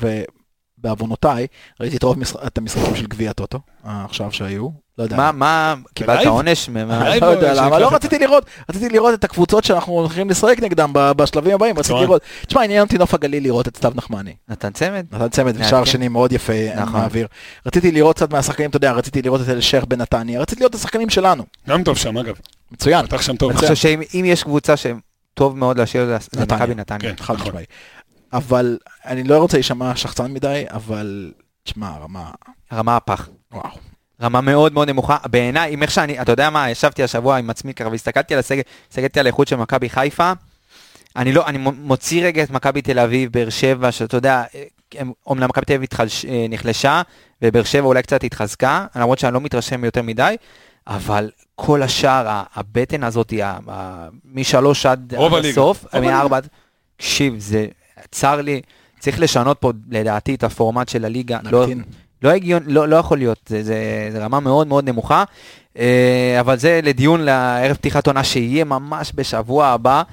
בעוונותיי, ראיתי את רוב את המשחקים של גביע טוטו, עכשיו שהיו, לא יודע. מה, מה, קיבלת עונש? לא יודע למה, לא רציתי לראות, רציתי לראות את הקבוצות שאנחנו הולכים לשחק נגדם בשלבים הבאים, רציתי לראות, תשמע, עניין אותי נוף הגליל לראות את סתיו נחמני. נתן צמד? נתן צמד, ושער שני מאוד יפה מהאוויר. רציתי לראות קצת מהשחקנים, אתה יודע, רציתי לראות את אלשייך בנתניה, רציתי לראות את השחקנים שלנו. גם טוב שם, אגב. מצוין. פתח שם טוב. אני חושב שאם יש קבוצה שטוב מאוד להשאיר זה מכבי נתניה. חד משמעי. אבל אני לא רוצה להישמע שחצן מדי, אבל תשמע, רמה... רמה הפח. וואו. רמה מאוד מאוד נמוכה. בעיניי, אם איך שאני, אתה יודע מה, ישבתי השבוע עם עצמי ככה, והסתכלתי על הסגל, הסתכלתי על האיכות של מכבי חיפה, אני לא, אני מוציא רגע את מכבי תל אביב, באר שבע, שאתה יודע, אומנם מכבי תל אביב נחלשה, ובאר שבע אולי קצת התחזקה, למרות שאני לא מתרשם יותר מדי, אבל כל השאר, הבטן הזאת, משלוש עד הסוף, מארבע, תקשיב, זה צר לי, צריך לשנות פה לדעתי את הפורמט של הליגה, לא, לא, הגיון, לא, לא יכול להיות, זה, זה, זה רמה מאוד מאוד נמוכה, אבל זה לדיון לערב פתיחת עונה שיהיה ממש בשבוע הבא,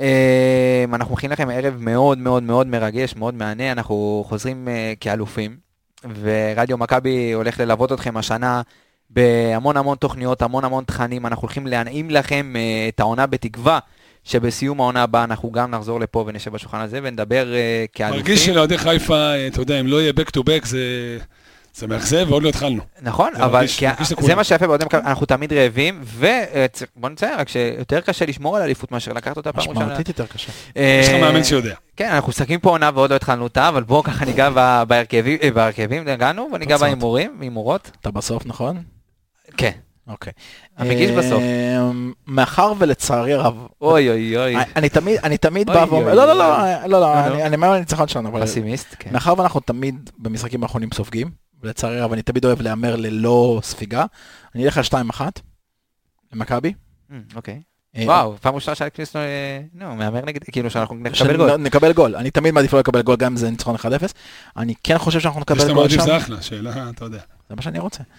אנחנו מכין לכם ערב מאוד מאוד מאוד מרגש, מאוד מענה, אנחנו חוזרים כאלופים, ורדיו מכבי הולך ללוות אתכם השנה בהמון המון תוכניות, המון המון תכנים, אנחנו הולכים להנעים לכם את העונה בתקווה, שבסיום העונה הבאה אנחנו גם נחזור לפה ונשב בשולחן הזה ונדבר uh, כאלופים. מרגיש שלעודי חיפה, אתה יודע, אם לא יהיה back to back זה, זה מאכזב ועוד לא התחלנו. נכון, זה אבל מרגיש, כי, מרגיש זה מה שיפה בעודי מכבי, אנחנו תמיד רעבים, ובוא נציין רק שיותר קשה לשמור על אליפות מאשר לקחת אותה פעם ראשונה. משמעותית יותר קשה. יש לך מאמן שיודע. כן, אנחנו שחקים פה עונה ועוד לא התחלנו אותה, אבל בואו ככה ניגע בהרכבים, בהרכבים הגענו, וניגע בהימורים, בהימורות. אתה בסוף, נכון? כן. אוקיי. המגיש בסוף. מאחר ולצערי הרב, אוי אוי אוי. אני תמיד, אני תמיד בא ואומר, לא, לא, לא, לא, לא, אני אומר לניצחון שלנו, אבל פסימיסט, כן. מאחר ואנחנו תמיד במשחקים האחרונים סופגים, ולצערי הרב אני תמיד אוהב להמר ללא ספיגה, אני אלך על שתיים אחת, למכבי. אוקיי. וואו, פעם ראשונה שאני כניס לו, נו, מאמר נגד, כאילו שאנחנו נקבל גול. נקבל גול, אני תמיד מעדיף לא לקבל גול, גם אם זה ניצחון אחד אפס, אני כן חושב שאנחנו נקבל גול שם. זה אחלה, שאלה, אתה יודע. זה מה שאני רוצה.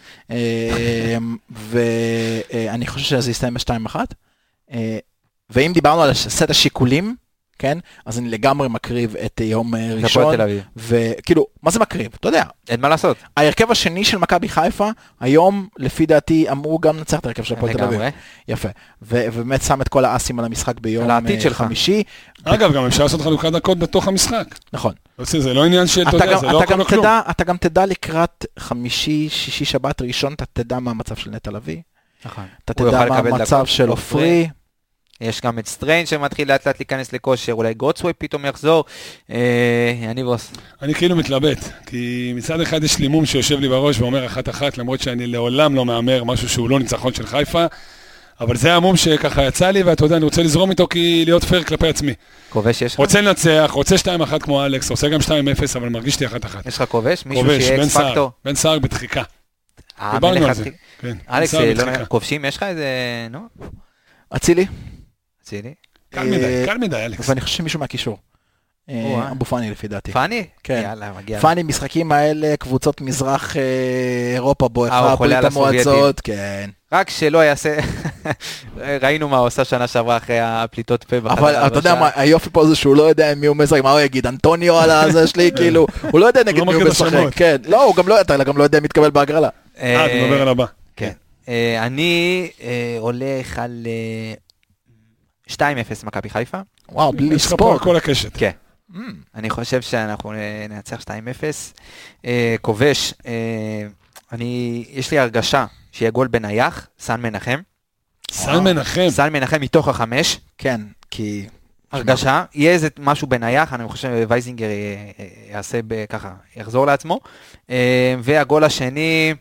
ואני חושב שזה יסתיים ב-שתיים אחת, ואם דיברנו על סט השיקולים, כן? אז אני לגמרי מקריב את יום ראשון, וכאילו, מה זה מקריב? אתה יודע. אין מה לעשות. ההרכב השני של מכבי חיפה, היום, לפי דעתי, אמרו גם לנצח את ההרכב של הפועל תל אביב. יפה. ובאמת שם את כל האסים על המשחק ביום חמישי. אגב, גם אפשר לעשות חלוקת דקות בתוך המשחק. נכון. זה לא עניין של, אתה יודע, זה לא הכל או כלום. אתה גם תדע לקראת חמישי, שישי, שבת ראשון, אתה תדע מה המצב של נטע לביא. נכון. אתה תדע מה המצב של אופרי. יש גם את סטריין שמתחיל לאט לאט להיכנס לכושר, אולי גוטסווי פתאום יחזור, אני בוס. אני כאילו מתלבט, כי מצד אחד יש לי מום שיושב לי בראש ואומר אחת אחת, למרות שאני לעולם לא מאמר משהו שהוא לא ניצחון של חיפה, אבל זה המום שככה יצא לי, ואתה יודע, אני רוצה לזרום איתו כי להיות פייר כלפי עצמי. כובש יש לך? רוצה לנצח, רוצה שתיים אחת כמו אלכס, רוצה גם שתיים אפס, אבל מרגיש לי אחת אחת. יש לך כובש? מישהו שיהיה אקס פקטור? בן סער בתחיקה. דיברנו על זה. כן. אלכס, ניסה לא- בדחיקה. כובשים, יש לך איזה... נו, אצילי, אצילי. קל מדי, קל מדי, אלכס. ואני חושב שמישהו מהקישור. אה, או-אה. אבו פאני לפי דעתי. פאני? כן. יאללה, מגיע. פאני, משחקים האלה, קבוצות מזרח אה, אירופה, אה, בואכה, הוא חולה ברית על הסובייטים. המועצות, כן. רק שלא יעשה... ראינו מה הוא עושה שנה שעברה אחרי הפליטות פה. בחדר אבל אתה יודע הלבשה. מה, היופי פה זה שהוא לא יודע מי הוא משחק, מה הוא יגיד, אנטוניו על הזה שלי, כאילו, הוא לא יודע נגד לא מי הוא מכיר את משחק, השמות. כן, לא, הוא גם לא, אתה גם לא יודע מי יתקבל בהגרלה. אה, אתה מדבר על הבא. כן. אה, אני אה, הולך על אה, שתיים אפס מכבי חיפה. וואו, בלי יש לך פה לספור. על כל הקשת. כן. אני חושב שאנחנו אה, ננצח שתיים אפס. אה, כובש, אה, אני, יש לי הרגשה שיהיה גול בנייח, סן מנחם. סן מנחם. סן מנחם מתוך החמש. כן, כי... הרגשה, יהיה איזה משהו בנייח, אני חושב וייזינגר י- י- יעשה ב- ככה, יחזור לעצמו. אה, והגול השני,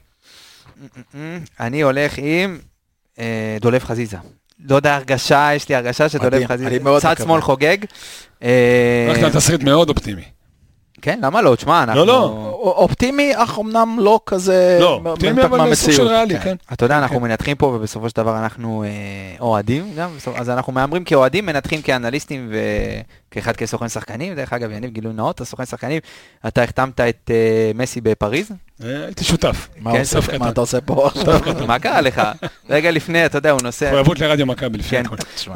אני הולך עם אה, דולב חזיזה. לא יודע, הרגשה, יש לי הרגשה שדולב מדהים, חזיזה, אני מאוד צד מקווה. שמאל חוגג. אה, הלכת על תסריט מאוד אופטימי. כן, למה לא? תשמע, אנחנו... לא. אופטימי, אך אמנם לא כזה... לא, מ- אופטימי מנותק אבל סוג של מהמציאות. ריאלי, כן. אתה יודע, אנחנו מנתחים פה, ובסופו של דבר אנחנו אה, אוהדים גם, בסופ- אז אנחנו מהמרים כאוהדים, מנתחים כאנליסטים וכאחד כסוכן שחקנים. דרך אגב, יניב, גילוי נאות, הסוכן שחקנים, אתה החתמת את אה, מסי בפריז. אה, הייתי שותף. מה כן, הוא עושה- סוף מה קטן. אתה עושה פה עכשיו? מה קרה לך? רגע לפני, אתה יודע, הוא נוסע... מחויבות לרדיו מכבי לפני כן. הכל. תשמע.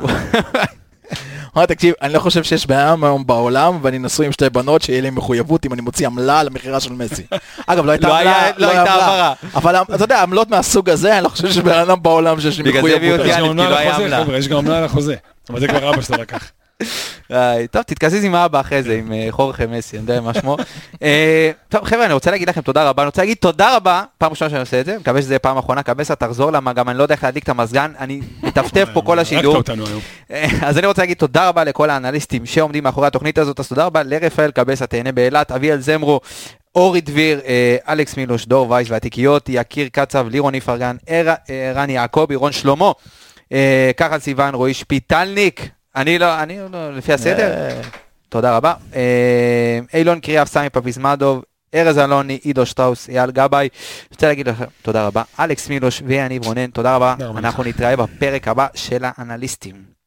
אמר, תקשיב, אני לא חושב שיש בעיה היום בעולם, ואני נשוי עם שתי בנות, שיהיה לי מחויבות אם אני מוציא עמלה על המכירה של מסי. אגב, לא הייתה לא עמלה, היה- לא היה הייתה עמלה. העברה. אבל אתה יודע, עמלות מהסוג הזה, אני לא חושב שיש בן אדם בעולם שיש לי בגלל זה הביאו מחויבות. אותי יש יאללה, גם כי עמלה לא על היה החוזה, עמלה. חבר'ה, יש גם עמלה על החוזה. אבל זה כבר אבא שלו לקח. איי, טוב, תתקזז עם האבא אחרי זה, עם אה, חורכה מסי, אני יודע מה שמו. אה, טוב, חבר'ה, אני רוצה להגיד לכם תודה רבה, אני רוצה להגיד תודה רבה, פעם ראשונה שאני עושה את זה, מקווה שזה יהיה פעם אחרונה, קבסה, תחזור למה, גם אני לא יודע איך להדליק את המזגן, אני מטפטף פה כל השידור. הרגת אותנו היום. אה, אז אני רוצה להגיד תודה רבה לכל האנליסטים שעומדים מאחורי התוכנית הזאת, אז תודה רבה לרפאל קבסה, תהנה באילת, אביאל זמרו, אורי דביר, אה, אלכס מילוש, דור וייס והתיקיות, יקיר קצב, לירון איפרגן, ער- אה, רני יעקבי, רון שלמה, אה, כחל סיוון, רועי שפיטלניק, אני לא, אני לא, לפי הסדר. תודה רבה. אה, אילון קריאף, סמי פפיזמדוב, ארז אלוני, עידו שטראוס, אייל גבאי. אני רוצה להגיד לכם תודה רבה. אלכס מילוש ויניב רונן, תודה רבה. תודה רבה אנחנו נתראה בפרק הבא של האנליסטים.